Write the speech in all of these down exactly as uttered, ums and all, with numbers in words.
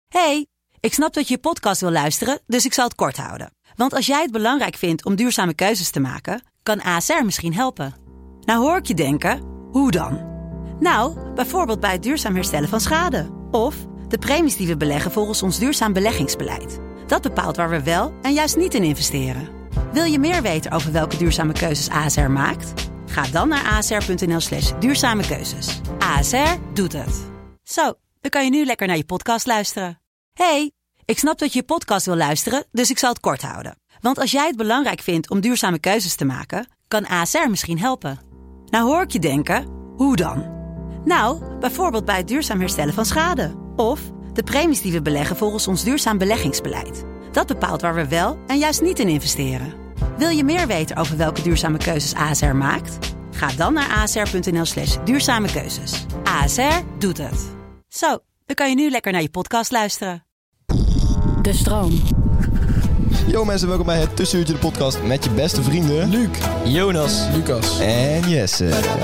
Hey, ik snap dat je je podcast wil luisteren, dus ik zal het kort houden. Want als jij het belangrijk vindt om duurzame keuzes te maken, kan A S R misschien helpen. Nou hoor ik je denken, hoe dan? Nou, bijvoorbeeld bij het duurzaam herstellen van schade. Of de premies die we beleggen volgens ons duurzaam beleggingsbeleid. Dat bepaalt waar we wel en juist niet in investeren. Wil je meer weten over welke duurzame keuzes A S R maakt? Ga dan naar asr.nl slash duurzame keuzes. A S R doet het. Zo, dan kan je nu lekker naar je podcast luisteren. Hey, ik snap dat je je podcast wil luisteren, dus ik zal het kort houden. Want als jij het belangrijk vindt om duurzame keuzes te maken, kan A S R misschien helpen. Nou hoor ik je denken, hoe dan? Nou, bijvoorbeeld bij het duurzaam herstellen van schade. Of de premies die we beleggen volgens ons duurzaam beleggingsbeleid. Dat bepaalt waar we wel en juist niet in investeren. Wil je meer weten over welke duurzame keuzes A S R maakt? Ga dan naar asr.nl slash duurzame keuzes. A S R doet het. Zo, dan kan je nu lekker naar je podcast luisteren. De stroom. Yo mensen, welkom bij het Tussenuurtje de podcast met je beste vrienden Luc, Jonas, Lucas en Jesse.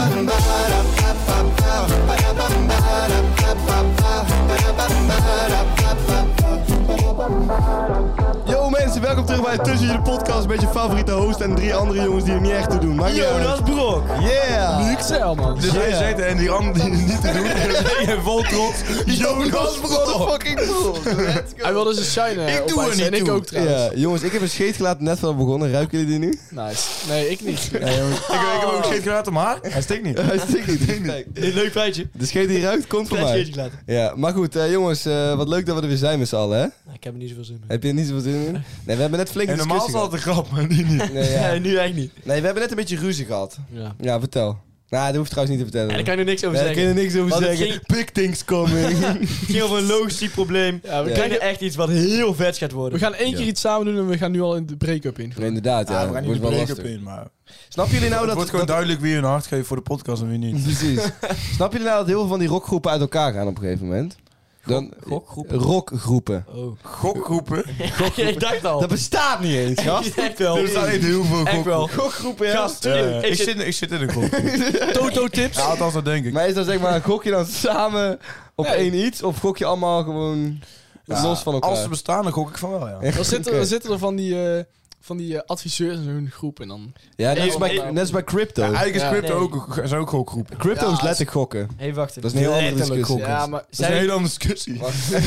Yo mensen, welkom terug bij het Tussenuurtje de podcast met je favoriete host en drie andere jongens die er niet echt te doen. Maakt niet uit. Jonas Brok, Yeah! Luc Selman. Dus wij Yeah. zitten en die anderen die het niet te doen. En vol trots. Jonas Brok, fucking Brok. Let's go. Hij wilde zijn shine Ik doe er niet En ik toe. ook trouwens. Ja, jongens, ik heb een scheet gelaten net van begonnen. Ruiken jullie die nu? Nice. Nee, ik niet. Nee, jongens. Ik, ik heb ook geen gelaten, maar hij stikt niet. Hij stikt niet. Kijk, Een leuk feitje. de scheet die ruikt komt van Klein mij. scheetje laten. Ja, maar goed, uh, jongens, uh, wat leuk dat we er weer zijn met z'n allen, hè? Nou, ik heb er niet zoveel zin in. Heb je er niet zoveel zin in? Nee, we hebben net flink En normaal is discussie het gehad. altijd een grap, maar die niet. Nee, ja. Nee, nu eigenlijk niet. Nee, we hebben net een beetje ruzie gehad. Ja. Ja, vertel. Nou, dat hoeft trouwens niet te vertellen. En daar kan je er niks over Nee, daar kun je zeggen. er niks over Want het zeggen. Big things coming. Het ging over een logistiek probleem. Ja, we, We Ja. krijgen echt iets wat heel vet gaat we worden. gaan één keer iets samen doen en we gaan nu al in de break-up in. Ja, inderdaad, ja. Ja, we gaan niet wordt de wel break-up lastig. in, maar... Snappen jullie nou het dat... wordt gewoon dat- duidelijk wie een hart geeft voor de podcast en wie niet. Precies. Snappen jullie nou dat heel veel van die rockgroepen uit elkaar gaan op een gegeven moment? Dan, Gokgroepen? Rockgroepen. Oh. Gokgroepen. Ik dacht al. Dat bestaat niet eens, gast. Echt wel. Er staan echt heel veel Echt wel. gokgroepen. Rockgroepen, ja. Gast, Ja, tuurlijk. ik, Ik zit- zit, ik zit in een gok. Toto-tips. Ja, althans dat denk ik. Maar is dat zeg maar, een gok je dan samen op Nee. één iets? Of gok je allemaal gewoon Ja, los van elkaar? Als ze bestaan, dan gok ik van wel, ja. Echt? Dan zitten, Oké. dan zitten er van die, eh, van die eh, adviseurs in zo'n groep en dan... Ja, net als bij, Nee, net als bij crypto. Ja, eigenlijk is Ja. crypto Nee. ook, is ook gokgroepen. Crypto Ja, is letterlijk gokken. Hé, wacht Dat is een heel andere Letterlijk discussie. gokken. Ja, maar... Dat is een hele andere discussie.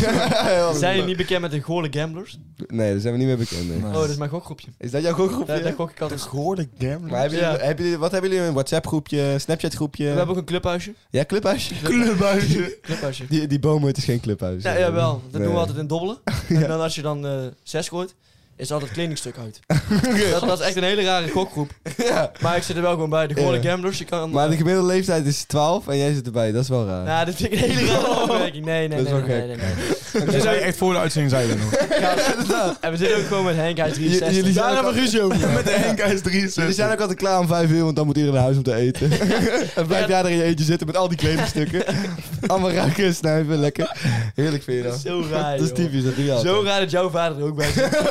Zijn jullie niet bekend met de Goorle Gamblers? Nee, daar zijn we niet meer bekend. Nee. Nee. Oh, dat is mijn gokgroepje. Is dat jouw gokgroepje? Daar, daar gok ik altijd. Gehoorde gambler. Maar hebben Ja. jullie, hebben jullie, wat hebben jullie? Een WhatsApp groepje, Snapchat groepje? We hebben ook een clubhuisje. Ja, clubhuisje. Clubhuisje. Clubhuisje. Die, die boomhut is geen clubhuis. Ja, jawel. Dat Nee. doen we altijd in dobbelen. En dan als je dan eh zes gooit, is er altijd het kledingstuk uit. dat, dat is echt een hele rare gokgroep. Ja. Maar ik zit er wel gewoon bij. De Goorle Ja. Gamblers. Je kan, Maar de gemiddelde leeftijd is twaalf en jij zit erbij. Dat is wel raar. Nou, dit vind ik een hele rare opmerking. Nee, nee, Dat is nee. wel nee, gek. nee, nee, nee. Dat zei je echt voor de uitzending, zei je dat nog. En we zitten ook gewoon met Henk, hij is J- jullie drieënzestig. zijn Daar ook hebben we al- ruzie over. Met de Henk, hij is Jullie zijn drieënzestig. ook altijd klaar om vijf uur, want dan moet iedereen naar huis om te eten. En blijf jij er in je eentje zitten met al die kledingstukken. Allemaal ruiken en snuiven, lekker. Heerlijk vind je dat. Zo raar, Dat is joh. typisch, dat doe je altijd. Zo raar dat jouw vader er ook bij zit.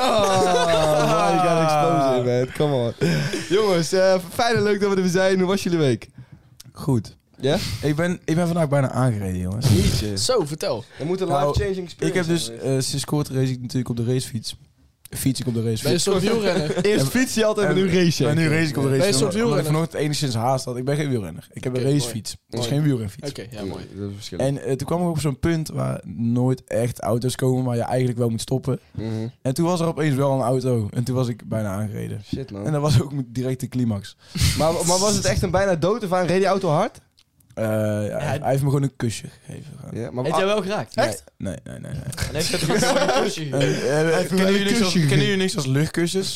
Oh, you gotta expose it, man. Come on. Jongens, uh, fijn en leuk dat we er weer zijn. Hoe was jullie week? Goed. Ja? Ik ben, ik ben vandaag bijna aangereden, jongens. Jeetje. Zo, vertel. Er moet een Nou, life-changing experience Ik heb dus, zijn eh, sinds kort race ik natuurlijk op de racefiets. Fiets ik op de Ben je een racefiets. soort wielrenner? geweest. Eerst fiets je altijd, maar nu race je. En nu race ik op de Ben je een racefiets. soort omdat- omdat ik wielrenner? vanochtend enigszins haast had. Ik ben geen wielrenner. Ik heb Oké, een racefiets. Het is Mooi. geen wielrenfiets. Oké, ja, mooi. Dat is verschillend. En eh, toen kwam ik op zo'n punt waar nooit echt auto's komen, waar je eigenlijk wel moet stoppen. Mhm. En toen was er opeens wel een auto. En toen was ik bijna aangereden. Shit, man. En dat was ook direct de climax. Maar, maar was het echt een bijna dood of aan? Reed die auto hard? Eh, ja, hij heeft me gewoon een kusje gegeven. gewoon. Ja, maar Heeft jij wel geraakt? Echt? Nee, nee, nee. nee. En heeft hij toch gewoon een kusje Eh, gegeven? eh, heeft me kennen, wel een jullie niks als, kusje kennen jullie niks als luchtkusjes?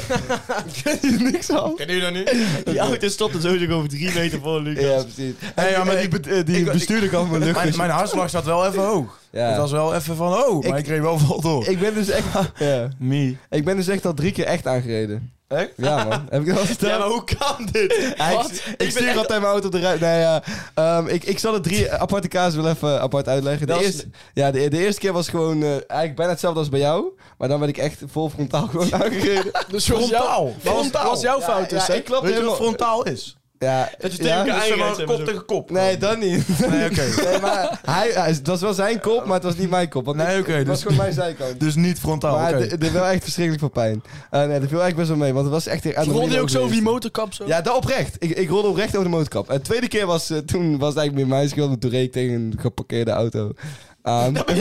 ken je niks aan? Kennen jullie dat niet? Die auto stopte sowieso over drie meter voor Lucas. Ja, precies. Nee, ja, maar En ik- die, be- eh, die ik- bestuurder kan van mijn Mijn, lucht. mijn hartslag zat wel even hoog. Ja. Het was wel even van, oh, maar Ik- ik, reed wel vol door. Ik ben dus echt... Ja. Me. Ik ben dus echt al drie keer echt aangereden. Echt? Ja, man. Heb ik dat al verteld? Ja, maar hoe kan dit? Ja, Wat? ik, ik stuur altijd mijn auto op de rij. Nee, ja. Ehm, ik, ik zal de drie aparte casus wel even apart uitleggen. De Dat is- eerste, ja, de, de eerste keer was gewoon eh, eigenlijk bijna hetzelfde als bij jou. Maar dan werd ik echt vol frontaal gewoon aangereden. Dus was jouw, Frontaal. was, Frontaal. was jouw fout dus, ja, hè? ik klapte Weet je wat helemaal... frontaal is? Ja, Dat je ja, tegen elkaar Dus zeg maar aanrijdt, kop tegen kop. Nee, dat niet. Nee, oké. Nee, maar hij, hij, het was wel zijn kop, maar het was niet mijn kop. Want Nee, ik- oké, het was dus- gewoon mijn zijkant. Dus niet frontaal, maar oké. het het deed wel echt verschrikkelijk veel pijn. Uh, nee, dat viel eigenlijk best wel mee, want het was echt... Rolde je ook zo over die motorkap zo? Ja, dat oprecht. Ik, ik rolde oprecht over de motorkap. En de tweede keer was, uh, toen was het eigenlijk meer mijn schuld, want toen reed ik tegen een geparkeerde auto aan. Dat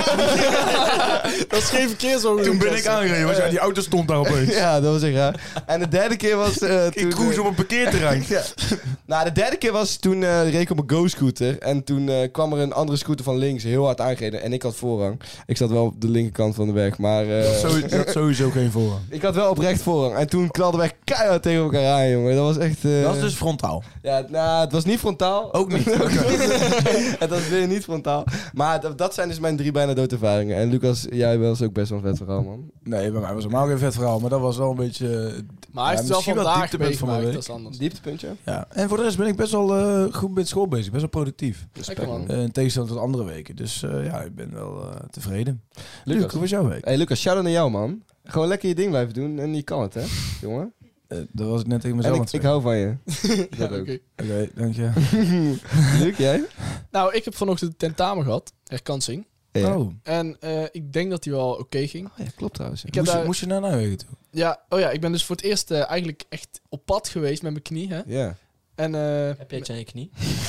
is geen verkeersongeluk. Toen ben ik aangereden, want ja, die auto stond daar opeens. Ja, dat was echt raar. En de derde keer was... Uh, toen, Ik cruise op een parkeerterrein. Ja. Nou, de derde keer was toen uh, reed ik op een Go-scooter. En toen uh, kwam er een andere scooter van links heel hard aangereden. En ik had voorrang. Ik zat wel op de linkerkant van de weg, maar... Uh, Dat is dat is sowieso geen voorrang. ik had wel oprecht voorrang. En toen knalden we echt keihard tegen elkaar aan, jongen. Dat was echt... Uh, Dat is dus frontaal. Ja, nou, het was niet frontaal. Ook niet. Het was weer niet frontaal. Maar dat, dat zijn dus mijn drie bijna doodervaringen. En Lucas, jij was ook best wel een vet verhaal, man. Nee, bij mij was helemaal geen vet verhaal, maar dat was wel een beetje... uh, Maar hij ja, heeft het wel misschien wel vandaag dieptepunt van mijn meegemaakt, week. dat is anders. Dieptepuntje? Ja. En voor de rest ben ik best wel uh, goed met school bezig, best wel productief. Lekker man. Uh, in tegenstelling tot andere weken. Dus uh, ja, ik ben wel uh, tevreden. Lucas. Luc, hoe was jouw week? Hey Lucas, shout-out naar jou, man. Gewoon lekker je ding blijven doen en je kan het, hè, jongen. Uh, dat was ik net tegen En mezelf ik, aan het ik zeggen. hou van je. Ja, Dat ook. oké. Oké, dank je. Luc, jij? Nou, ik heb vanochtend een tentamen gehad, herkansing. Ja. Oh, En uh, ik denk dat die wel oké ging. Oh ja, klopt trouwens. Ik heb moest, je, daar- moest je naar Nijmegen toe? Ja, oh ja, ik ben dus voor het eerst uh, eigenlijk echt op pad geweest met mijn knie. Hè? Ja. En, uh, Heb jij iets aan je knie?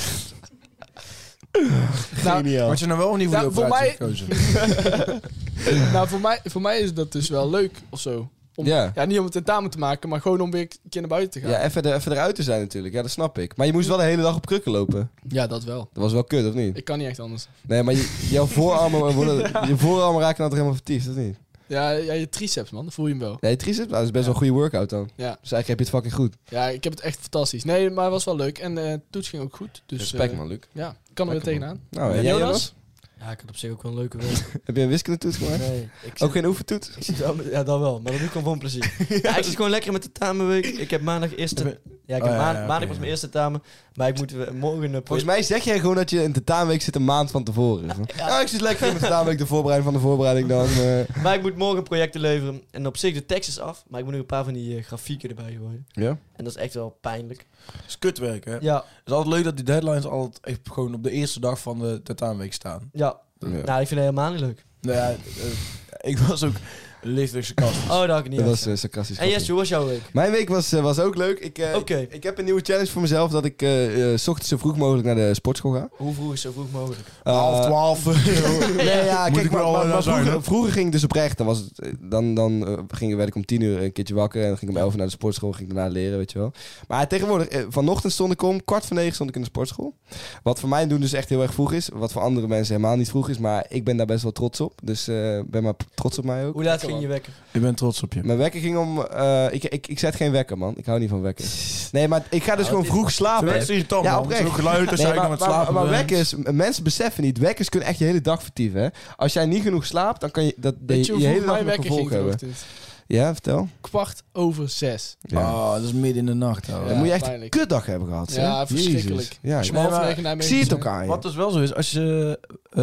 nou, Geniaal. Had je nou wel niet voor Ja, de voor operatie mij- gekozen? nou, voor mij, voor mij is dat dus wel leuk of zo. Om, Ja. ja, niet om een tentamen te maken, maar gewoon om weer een keer naar buiten te gaan. Ja, Ja, even, er, even eruit te zijn natuurlijk. Ja, dat snap ik. Maar je moest wel de hele dag op krukken lopen. dat wel. Dat was wel kut, of niet? Ik kan niet echt anders. Nee, maar je, jouw voorarmen, worden, je voorarmen raken dan toch helemaal vertiefd, of niet? Ja, ja, je triceps, man. Dan voel je hem wel. Nee, je triceps, nou, dat is best wel een goede workout dan. Ja. Dus eigenlijk heb je het fucking goed. Ja, ik heb het echt fantastisch. Nee, maar het was wel leuk. En uh, toets ging ook goed. Dus, Respect, uh, man, Luc. Ja, ik kan er weer Lekker, man. tegenaan. Nou, En en jij, Jonas? Jonas? Ja, ik had op zich ook wel een leuke week. Heb je een wiskundetoets gemaakt? Nee, ik Ook geen oefentoets? Ik zit wel met- ja, dat wel. Maar dat doe ik gewoon voor een plezier. Ja, ik zit gewoon lekker met de tamenweek. Ik heb maandag eerste... Ja, ik heb Oh, ja, maan- ja, maandag oké, was mijn ja. eerste tamen. Maar ik moet weer- morgen... een Volgens mij zeg jij gewoon dat je een tentamenweek zit een maand van tevoren. Ja, ik zit lekker in mijn tentamenweek de voorbereiding van de voorbereiding dan. eh. Maar ik moet morgen projecten leveren. En op zich de tekst is af. Maar ik moet nog een paar van die eh, grafieken erbij gooien. Ja? En dat is echt wel pijnlijk. Dat is kutwerk, hè? Ja, Het is altijd leuk dat die deadlines altijd echt gewoon op de eerste dag van de tentamenweek staan. ja. Ja. Nou, ik vind het helemaal niet leuk. Nou ja, eh, ik was ook licht sarcastisch. Oh, dat had ik niet Dat was uitgestaan. uh, sarcastisch. En Jesse, hoe was jouw week? Mijn week was, uh, was ook leuk. Ik, uh, Oké. ik, ik heb een nieuwe challenge voor mezelf dat ik uh, uh, 's ochtends zo vroeg mogelijk naar de sportschool ga. Hoe vroeg is zo vroeg mogelijk? Uh, Half twaalf. Nee, ja, Moet kijk, ik maar, wel, maar- uh, maar zijn, vroeger, hè? vroeger ging ik dus oprecht. Dan, was het, eh, dan, dan uh, ging, werd ik om tien uur een keertje wakker en dan ging ik om elf uur naar de sportschool. Ging ik daarna leren, weet je wel. Maar tegenwoordig, eh, vanochtend stond ik om kwart voor negen stond ik in de sportschool. Wat voor mij doen dus echt heel erg vroeg is. Wat voor andere mensen helemaal niet vroeg is. Maar ik ben daar best wel trots op. Dus uh, ben maar trots op mij ook. Hoe laat ging je wekken? Ik ben trots op je. Mijn wekker ging om... uh, ik, ik, ik zet geen wekker, man. Ik hou niet van wekken. Nee, maar ik ga dus gewoon vroeg slapen. Dat is irritant, Ja, man. oprecht. Zo'n geluid als Nee, jij maar, nog met maar, slapen maar bent. wekkers, m- mensen beseffen niet, wekkers kunnen echt je hele dag vertieven. Hè? Als jij niet genoeg slaapt, dan kan je dat de, Weet je je, hoe hele vroeg dag mijn nog wekker ging gevolg hebben. vanochtend? Ja, vertel. Kwart over zes. Ja. Oh, dat is midden in de nacht. Hoor. Dan Ja, moet je echt pijnlijk. een kutdag hebben gehad. zeg. Ja, verschrikkelijk. Jezus. Ja, Als je ik, om half maar- negen naar ik Nijmegen zie het zijn. ook aan je. Wat dus wel zo is, als je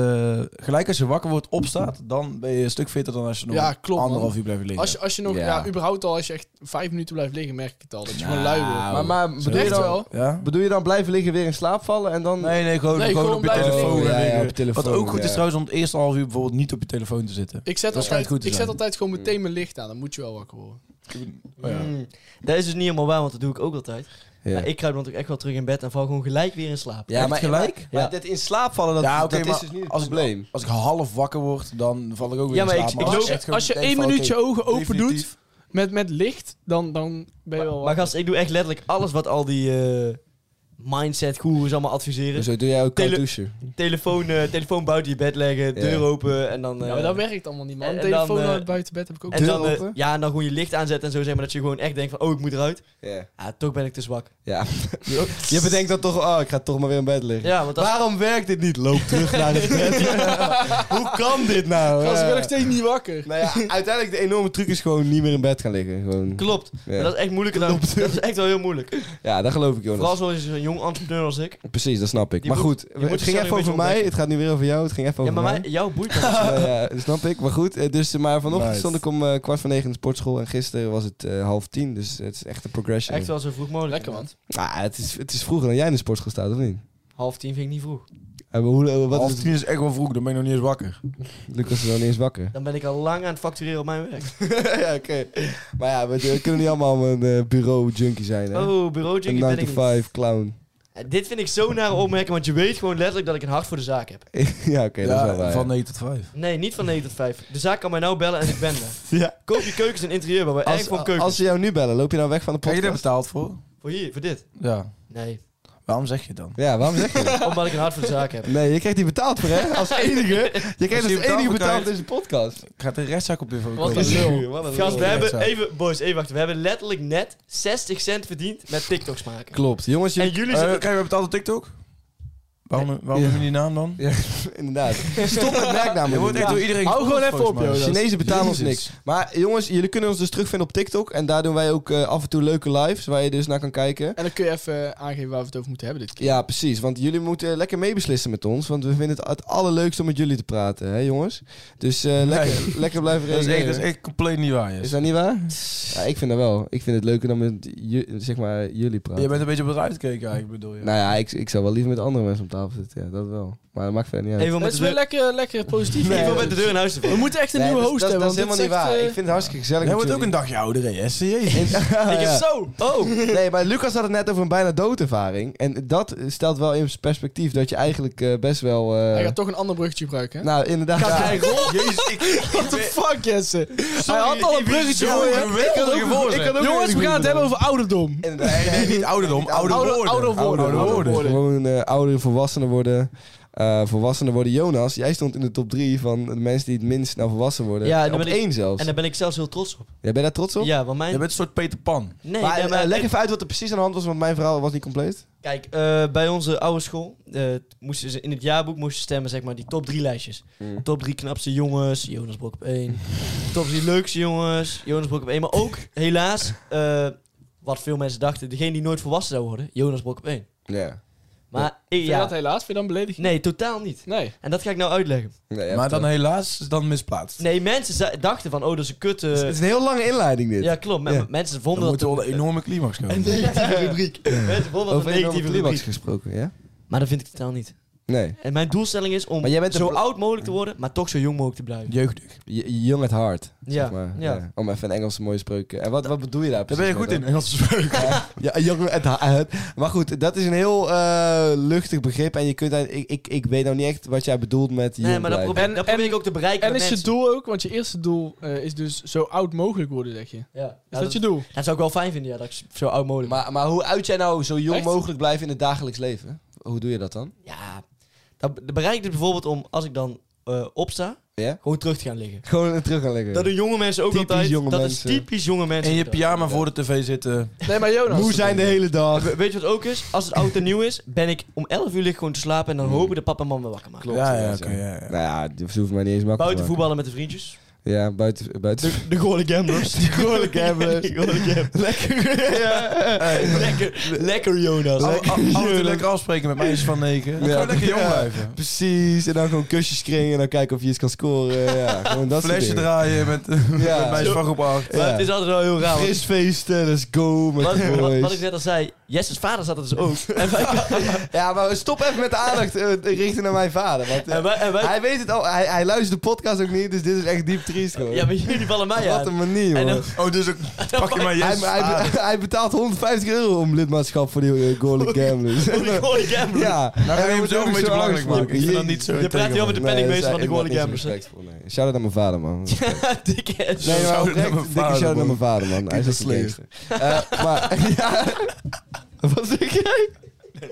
uh, gelijk als je wakker wordt opstaat, dan ben je een stuk fitter dan als je nog Ja, klopt, anderhalf man. uur blijft liggen. Als je, als je nog, Ja. ja. überhaupt al, als je echt vijf minuten blijft liggen, merk ik het al. Dat je gewoon Nou. lui wordt. Maar, maar bedoel, je Echt dan, wel. Ja? bedoel je dan blijven liggen, weer in slaap vallen en dan... Nee, nee, gewoon, Nee, gewoon, gewoon op je blijven telefoon. liggen. gaan Ja, ja, liggen. op je telefoon, Wat ook goed ja. is trouwens om het eerste half uur bijvoorbeeld niet op je telefoon te zitten. Ik zet, Dat schijnt altijd, goed te ik zet zijn. altijd gewoon meteen mijn licht aan. Dan moet je wel wakker worden. Oh ja. Mm, dat is dus niet helemaal waar, want dat doe ik ook altijd. Ja. Maar ik kruip dan ook echt wel terug in bed en val gewoon gelijk weer in slaap. Ja, Echt maar gelijk? Maar Ja. dit in slaap vallen, dat, Ja, oké, dat is maar dus niet het als ik- probleem. Als ik half wakker word, dan val ik ook weer Ja, in maar slaap. ik- Maar ik als loop- ik echt gewoon Als je denk één van, minuut oké, je ogen open doet definitief. met, met licht, dan, dan ben je wel Maar wakker. gast, ik doe echt letterlijk alles wat al die eh mindset goeroes allemaal adviseren. Dus zo doe jij ook koud Tele- douchen. Telefoon, eh, telefoon buiten je bed leggen, Ja. deur open en dan... Ja, eh, maar dat werkt allemaal niet, man. en- Een en telefoon dan, eh, uit buiten bed heb ik ook. en Deur dan, eh, open? ja, en dan gewoon je licht aanzetten en zo, zeg maar, dat je gewoon echt denkt van, oh, ik moet eruit. Ja. Ja, toch ben ik te zwak. Ja. Je bedenkt dan toch, oh, ik ga toch maar weer in bed liggen. Ja, want dat Waarom werkt dit niet? Loop terug naar het bed. Hoe kan dit nou? Gast, ik ben Ja. nog steeds niet wakker. Nou ja, uiteindelijk de enorme truc is gewoon niet meer in bed gaan liggen. Gewoon. klopt. Ja. Maar dat is echt moeilijker dan... Dat is echt wel heel moeilijk. Ja, dat geloof ik, Jonas. Vooral als je zo'n jong entrepreneur als ik. Precies, dat snap ik. Die maar moet- goed, die het moet ging zichzelf even een over beetje mij. ontdekken. Het gaat nu weer over jou. Het ging even Ja, over maar mij. mij, jou boeit dat. Ja, ja, dat snap ik. Maar goed, eh, dus, maar vanochtend Nice. stond ik om eh, kwart voor negen in de sportschool. En gisteren was het eh, half tien. Dus het is echt een progression. Echt wel zo vroeg mogelijk. Lekker, man. Ah, het, is, het is vroeger dan jij in de sportschool staat, of niet? Half tien vind ik niet vroeg. En hoe, eh, wat Half is het? tien is echt wel vroeg, dan ben ik nog niet eens wakker. Lucas is nog niet eens wakker. Dan ben ik al lang aan het factureren op mijn werk. ja, oké. Maar ja, we, we kunnen niet allemaal een uh, bureau junkie zijn, hè? Oh, bureau een junkie ben nine ik to niet. five clown. Eh, Dit vind ik zo nare opmerking, want je weet gewoon letterlijk dat ik een hart voor de zaak heb. ja, oké, dat is wel waar. van ja. negen tot vijf. Nee, niet van negen tot vijf. De zaak kan mij nou bellen en ik ben er. Ja. Koop je keukens en interieur, waar we Als, eigenlijk gewoon keukens. als ze jou nu bellen, loop je nou weg van de Krijg je daar podcast? betaald voor? Voor hier, voor dit. Ja. Nee, Waarom zeg je het dan? Ja, waarom zeg je dat? omdat ik een hart voor de zaak heb. Nee, je krijgt die betaald voor, hè? Als enige. Je krijgt als je enige betaald betaald krijgt- deze podcast. Gaat de rechtszaak op je voor Wat een lul. Wat een Gast, we lul. hebben, zaak. even, boys, even wachten. We hebben letterlijk net zestig cent verdiend met TikToks maken. Klopt. Jongens, En jullie... jullie Uh, zitten... krijg je betaald op TikTok? Waarom, waarom Ja. noem je die naam dan? Ja, inderdaad. Stop met merknamen. Je wordt echt doen. door iedereen Hou gewoon gesponsord, even op, volgens mij. joh. Chinezen betalen ons Jezus. niks. Maar jongens, jullie kunnen ons dus terugvinden op TikTok. En daar doen wij ook eh, af en toe leuke lives waar je dus naar kan kijken. En dan kun je even aangeven waar we het over moeten hebben dit keer. Ja, precies. Want jullie moeten lekker meebeslissen met ons. Want we vinden het het allerleukste om met jullie te praten, hè jongens? Dus eh, lekker, lekker blijven Dat is, echt, reageren. dat is echt compleet niet waar, Jess. Is dat niet waar? Ja, ik vind dat wel. Ik vind het leuker dan met ju- zeg maar, jullie praten. Je bent een beetje op het uitkijken eigenlijk, bedoel je? Nou ja, ik, ik zou wel liever met andere mensen op tafel zitten. Ja, dat wel. Maar dat maakt verder niet uit. Even om Dat met is de weer deur, lekker, lekker positief. Nee, even om dat met de deur in huis te We vallen. moeten echt een Nee, nieuwe dat, host dat, hebben. dat is want helemaal niet dit waar. echt, Ik vind het hartstikke gezellig Jij met wordt ook een jullie. dagje ouder, hè, Jess? Jezus. En- Ik heb ja. zo... Oh! Nee, maar Lucas had het net over een bijna doodervaring. En dat stelt wel in perspectief dat je eigenlijk eh, best wel... eh, Hij gaat toch een ander bruggetje gebruiken, hè? nou, inderdaad. Ja. Jezus, ik... What the fuck, Jesse? Hij had al een bruggetje zo voor je. geweldig voor ik had ook Jongens, we gaan het hebben over ouderdom. Inderdaad. Nee, niet ouderdom, ouder Ouder- worden. ouder worden. Ouder Ouder worden. worden. Gewoon eh oudere volwassenen worden. Eh volwassenen worden. Jonas, jij stond in de top drie van de mensen die het minst snel volwassen worden. Ja, en dan op ben ik- één zelfs. En daar ben ik zelfs heel trots op. Ja, ben je daar trots op? Ja, want mijn... Je bent een soort Peter Pan. Nee, maar nee, eh, maar- leg even uit wat er precies aan de hand was, want mijn verhaal was niet compleet. Kijk, eh, bij onze oude school eh, moesten ze in het jaarboek moesten stemmen, zeg maar, die top drie lijstjes. Top drie knapste jongens, Jonas Brok op één. Top drie leukste jongens, Jonas Brok op één. Maar ook, helaas, eh, wat veel mensen dachten, degene die nooit volwassen zou worden, Jonas Brok op één. Ja. Maar ik, Vind je ja, dat helaas? Vind je dan belediging? nee, totaal niet. Nee. En dat ga ik nou uitleggen. Nee, ja, Maar dan vertel. helaas is dan misplaatst. Nee, mensen za- dachten van, oh, dat is een kutte... Het is een heel lange inleiding dit. Ja, klopt. Maar Ja. mensen Dan vonden moet dat er wel een enorme climax een komen. negatieve rubriek. Mensen vonden dat Over een een negatieve climax rubriek. gesproken, ja? Maar dat vind ik totaal niet. Nee. En mijn doelstelling is om Maar jij bent zo een bla- oud mogelijk te worden, maar toch zo jong mogelijk te blijven. Jeugdig. Je- Young at heart. Ja, Zeg maar. ja. Om even een Engelse mooie spreuk. En wat, wat bedoel je daar Daar ben je precies goed in, mee Engelse spreuken. dan? Ja, young at heart. Maar goed, dat is een heel eh, luchtig begrip. En je kunt, daar- ik, ik, ik weet nou niet echt wat jij bedoelt met Nee, jong maar dat blijven. probeer, En- dat probeer en- ik ook te bereiken En met is je mensen. doel ook, want je eerste doel eh, is dus zo oud mogelijk worden, zeg je. Is Ja. Ja, dat, dat, je doel? dat zou ik wel fijn vinden, ja, dat ik zo oud mogelijk ben. Maar, maar hoe uit jij nou zo jong Echt? mogelijk blijven in het dagelijks leven? Hoe doe je dat dan? Ja, dat, dat bereik ik dus bijvoorbeeld om, als ik dan eh, opsta, Ja? gewoon terug te gaan liggen. Gewoon terug gaan liggen. Dat doen jonge mensen ook Typisch altijd. jonge dat mensen. is typisch jonge mensen. In je gedrag. pyjama voor de tv zitten. Nee, maar Jonas. Moe zijn de hele dag. We- Weet je wat ook is? Als het oud en nieuw is, ben ik om elf uur lig gewoon te slapen en dan Mm. hoop ik dat papa en mama me wakker maken. Klopt. Ja, ja, ja, zo. oké, ja, ja. Nou ja, dat hoeft mij niet eens makkelijk Buiten te voetballen met de vriendjes. maken. Ja, buiten... buiten De, de gewone gamblers. De gewone gamblers. De gewone gamblers. Lekker. Ja. Lekker, lekker Jonas. Af af- af en toe lekker afspreken met meisjes van negen. Ja. Gewoon lekker jong Ja. blijven. Precies. En dan gewoon kusjes kringen en dan kijken of je iets kan scoren. Ja, gewoon dat soort Flesje dingen. draaien met, Ja. met meisjes van groep acht. Maar Ja. het is altijd wel heel raar. want- Fris feesten, let's go met Wat, de wat, boys. wat ik net al zei, Jesse's vader zat er dus ook. En wij, Ja, maar stop even met de aandacht eh, richting naar mijn vader. Want, eh, en wij, en wij- hij weet het al, hij, hij luistert de podcast ook niet, dus dit is echt diep triest gewoon. ja, maar jullie vallen mij Wat aan. een manier, En man. dan- Oh, dus ook, pak je maar Hij, yes. hij, hij betaalt honderdvijftig euro om lidmaatschap voor die uh, Golden Gamblers. Oh, die gewone gamblers. Ja, Nou, ga je hij hem wordt zelf ook een beetje zo belangrijk maken. Ik vind dat aangesproken. niet zo Je praat hier over de Nee, penningmeester dat van is de gewone echt niet gamblers. respectvol, nee. Shout-out naar mijn vader, man. Dikke ass. Nee, maar Shout-out oprecht, naar mijn dikke vader, shout-out naar man. mijn vader, man. Hij is echt een Keep it gangster. Eh, maar, ja... Wat zeg jij?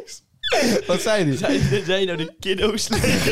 Wat zei die? Zei, zei je nou de kiddo's liggen?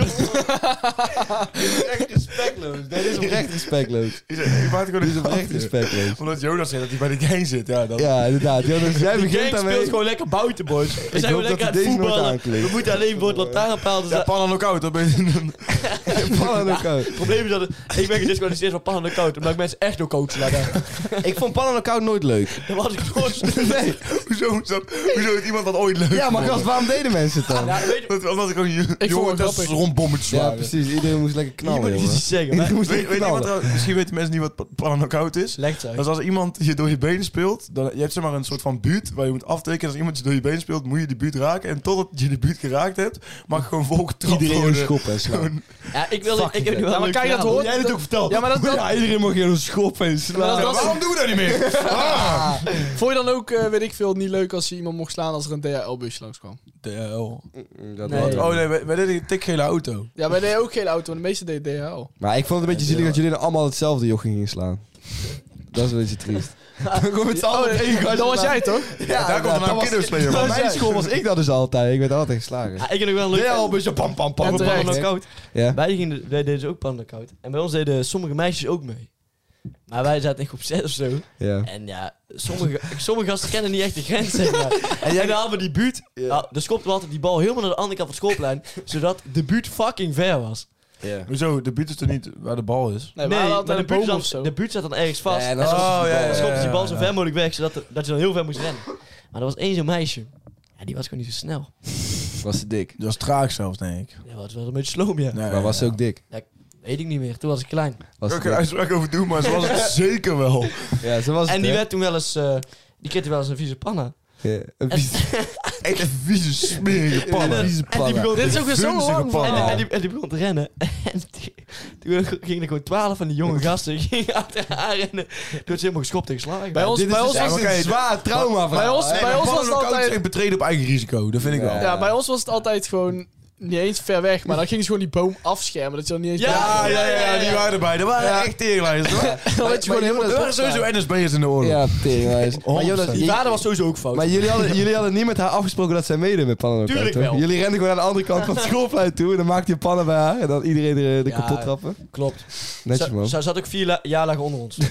Dit is echt respectloos. Dit is oprecht respectloos. Je zegt, je maakt gewoon Dit is een oprecht grapje. respectloos. Omdat Jonas zegt dat hij bij de gang zit. Ja, dan... Ja, inderdaad. Jonas, jij De begint gang daarmee. speelt gewoon lekker buiten, boys. We Ik zijn hoop gewoon dat lekker het aan het deze nooit voetballen. aanklinkt. We moeten alleen voor het lantaarnpaal. Dus Ja, pan en knock-out. Dan ben je... Pannen ook het probleem is dat het, ik ben gedisqualificeerd van pannen koud. Omdat ik mensen echt door coach laten. Ik vond pannen koud nooit leuk. Dat was ik trots. Nee. Hoezo is dat? Hoezo heeft iemand dat ooit leuk Ja, maar gevonden? gast, waarom deden mensen het dan? Ja, weet je, Dat- Omdat ik gewoon vond jongen het dat grappig. rondbommetjes Ja, waren. precies. Iedereen moest lekker je moet knallen, iets jongen. zeggen. Iedereen Maar moest Weet, lekker weet je wat knallen. trouwens- misschien weten mensen niet wat pan en knock-out is. leg het uit. Dat is als iemand je door je benen speelt, dan, je hebt zeg maar een soort van buurt waar je moet aftekenen. Als iemand je door je benen speelt, moet je die buurt raken. En totdat je de buurt geraakt hebt, mag gewoon volgetrapt Iedereen worden. schoppen en slaan. Gewoon- Ja, ik wil... Ik, ik heb nu wel Ja, een maar leuk kijk, dat verhaal. hoort... Jij dit ook verteld? Ja, maar dat, dat, Ja, iedereen mag je schoppen en Maar slaan. dat- waarom doen we dat niet meer? Ah. vond je dan ook, eh, weet ik veel, niet leuk als je iemand mocht slaan als er een D H L-busje langskwam? D H L. Nee. Wat? Oh nee, wij, wij deden een tikgele auto. Ja, wij deden ook geen auto, want de meeste deden D H L. Maar ik vond het een beetje zielig dat jullie dan allemaal hetzelfde jochie gingen slaan. Dat is een beetje triest. Dan kom het z'n allen op één gastje dat was slaan. jij toch? Ja, daar komt dat een was- kiddo slayer Op van. mijn school was ik dat dus altijd. Ik werd altijd geslagen. Ja, ik heb nog wel een leuk Ja, verhaal. al busje pam pam pam. Ja, Over terecht. pannen koud. Ja. Wij, gingen, wij deden dus ook pannen koud. En bij ons deden sommige meisjes ook mee. Maar wij zaten in groep zes of zo. Ja. En ja, sommige, sommige gasten kennen niet echt de grens, zeg maar. En dan hadden we die buurt... Nou, dan schopten we altijd die bal helemaal naar de andere kant van het schoolplein. Zodat de buurt fucking ver was. Ja. Hoezo? De buurt is toch niet waar de bal is? Nee, we hadden maar altijd de een buurt, boom zat, of zo. de buurt zat dan ergens vast. Ja, en en dan dan Oh, ja, ja, dan schopte ja, die bal zo ja. ver mogelijk weg, zodat de- dat je dan heel ver moest rennen. Maar er was één zo'n meisje. Ja, die was gewoon niet zo snel. Was ze dik? Dat was traag zelfs, denk ik. Ja, het was een beetje sloom, ja. Nee, Maar was ze ook dik? Weet ik niet meer. Toen was ik klein. Was Ik ze kan er dik? uitspraak over doen, maar ze was het zeker wel. Ja, ze was En het, die hè? werd toen wel eens... eh, die kreeg toen wel eens een vieze panna. Ja, een En- vieze Echt een vieze, smerige panna. pannen. Vieze En die begon, Dit is ook weer zo Vunzige lang van. en, panna. en, die, en die begon te rennen. En die, toen gingen er gewoon twaalf van die jonge gasten gingen achter haar rennen. Toen werd ze helemaal geschopt en geslagen. Bij ons, Dit is bij dus ons echt maar een kijk, zwaar trauma bij ons- verhaal, hè? bij ons was het altijd- echt betreden op eigen risico. Dat vind ik Ja. wel. Ja, bij ons was het altijd gewoon niet eens ver weg, maar dan gingen ze gewoon die boom afschermen. Dat je dan niet eens... Ja, Ja, ja, ja, die waren erbij. Dat waren Ja. echt tegenlijsters, hoor. Dan werd je Maar gewoon helemaal... Jonas- Er waren sowieso N S B'ers in de oorlog. Ja, teringwijs. Maar Jonas, Die je- vader was sowieso ook fout. maar jullie hadden, jullie hadden niet met haar afgesproken dat zij meedeed met pannen elkaar, Tuurlijk toch? wel. Jullie renden gewoon naar de andere kant van het schoolplein toe en dan maakte je pannen bij haar en dan iedereen er, er Ja. kapot trappen. Klopt. Netjes, Ze- man. Zij zat ook vier la- jaar lang onder ons.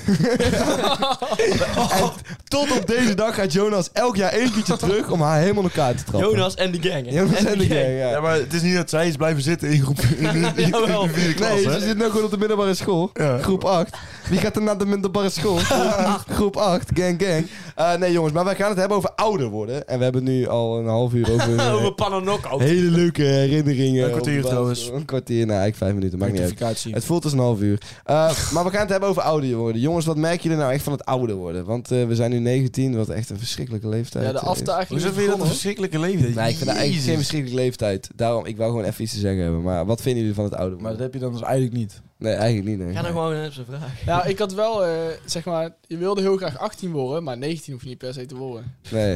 En tot op deze dag gaat Jonas elk jaar één keertje terug om haar helemaal in elkaar te trappen. Jonas en de gang. hè. Jonas en de gang, ja. Ja, maar het is niet dat zij is blijven zitten in groep in, in, in, Jawel. de vierde klas, Nee, hè? ze zit nu gewoon op de middelbare school. Ja. Groep acht. Wie gaat er naar de middelbare school? Groep, groep acht. Gang, gang. Uh, nee, jongens, maar wij gaan het hebben over ouder worden. En we hebben het nu al een half uur over... uh, Over pannen knockout. hele leuke herinneringen. Een kwartier op de basis- trouwens. Een kwartier, nou, eigenlijk vijf minuten. Maakt niet uit. Rectificatie. Het voelt als een half uur. Uh, maar we gaan het hebben over ouder worden. Jongens, wat merken jullie nou echt van het ouder worden? Want uh, we zijn nu negentien, wat echt een verschrikkelijke leeftijd Ja, de is. afdaling Hoezo is vind je dat een begonnen. verschrikkelijke leeftijd? Nee, ik vind dat eigenlijk geen verschrikkelijke leeftijd. Daarom, ik wou gewoon even iets te zeggen hebben. Maar wat vinden jullie van het ouder Maar worden? dat heb je dan dus eigenlijk niet. Nee, eigenlijk niet, nee. Ga dan gewoon op zijn vraag. Ja, ik had wel, eh, zeg maar, je wilde heel graag achttien worden, maar negentien hoef je niet per se te worden. Nee.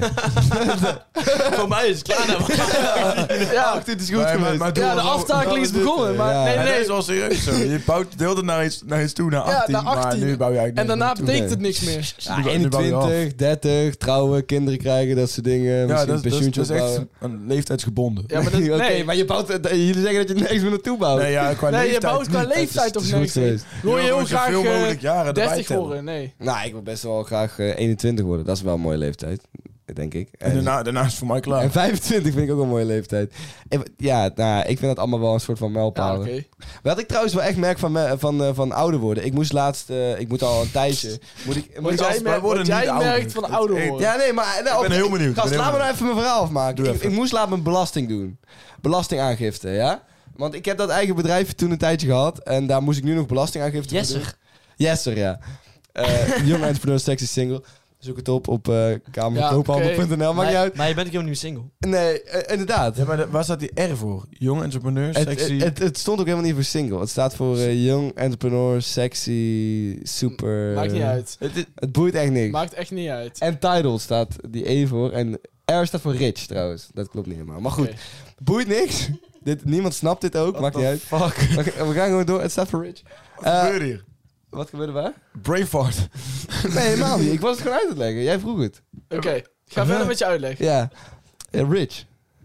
Voor mij is het klaar nou. Ja, dit is goed Maar- maar- geweest. maar doe ja de wel- aftakeling is dat is dit, begonnen, eh, maar ja. nee, Nee, nee. dat is wel serieus zo. Je bouwt deelde naar iets, naar iets toe, naar Ja, achttien, naar achttien. maar nu bouw je eigenlijk En daarna naartoe. betekent het niks meer. Ja, Nu bouw- nu bouw je af. eenentwintig, dertig, trouwen, kinderen krijgen, dat soort dingen. Ja, Misschien dat, een is- dat, is- pensioentje dat is echt opbouwen. een leeftijdsgebonden. Ja, maar dat, Oké, nee. maar je bouwt, eh, jullie zeggen dat je nergens meer naartoe bouwt. Nee, ja, qua Nee, je leeftijd bouwt qua niet. leeftijd Dat of is goed niks. geweest. Wil je heel gewoon graag zoveel eh, mogelijk jaren erbij dertig tellen. worden? Nee. Nou, ik wil best wel graag eh, eenentwintig worden. Dat is wel een mooie leeftijd, denk ik. En daarna, daarna is het voor mij klaar. en vijfentwintig vind ik ook een mooie leeftijd. En, ja, nou, ik vind dat allemaal wel een soort van Ja, mijlpalen. oké. Wat ik trouwens wel echt merk van, me- van, eh, van ouder worden. Ik moest laatst, eh, ik moet al een tijdje... Moet ik, moet Wat ik jij, als- wij merkt, worden wat jij niet ouder. merkt van ouder Ik- worden. Ja, nee, maar... Nou, Ik ben heel benieuwd. Gast, Ik ben laat heel me nou even mijn verhaal afmaken. Doe Ik, even. ik moest laat mijn belasting doen. Belastingaangifte, ja? Want ik heb dat eigen bedrijf toen een tijdje gehad. En daar moest ik nu nog belastingaangifte voor Yes, doen. sir. Yes, sir, ja. Uh, Young Entrepreneur Sexy Single. Zoek het op op uh, kamerkoophandel punt n l. Maakt niet Maar, uit. maar je bent ook helemaal niet single. Nee, uh, inderdaad. Ja, maar de- waar staat die R voor? Jong entrepreneur, Het, sexy... het, het, het stond ook helemaal niet voor single. Het staat voor uh, Young Entrepreneur Sexy Super... Maakt niet uit. Het is- Het boeit echt niks. Maakt echt niet uit. Entitled staat die E voor. En R staat voor rich trouwens. Dat klopt niet helemaal. Maar goed, Oké. boeit niks. Dit, niemand snapt dit ook. Maakt niet uit. Fuck. We, we gaan gewoon door. Het staat voor rich. Wat Eh, gebeurt hier? Wat gebeurde waar? Brainfart. Nee, helemaal niet. Ik was het gewoon uit te leggen. Jij vroeg het. Oké, ga verder met je uitleg. Ja. Eh, rich.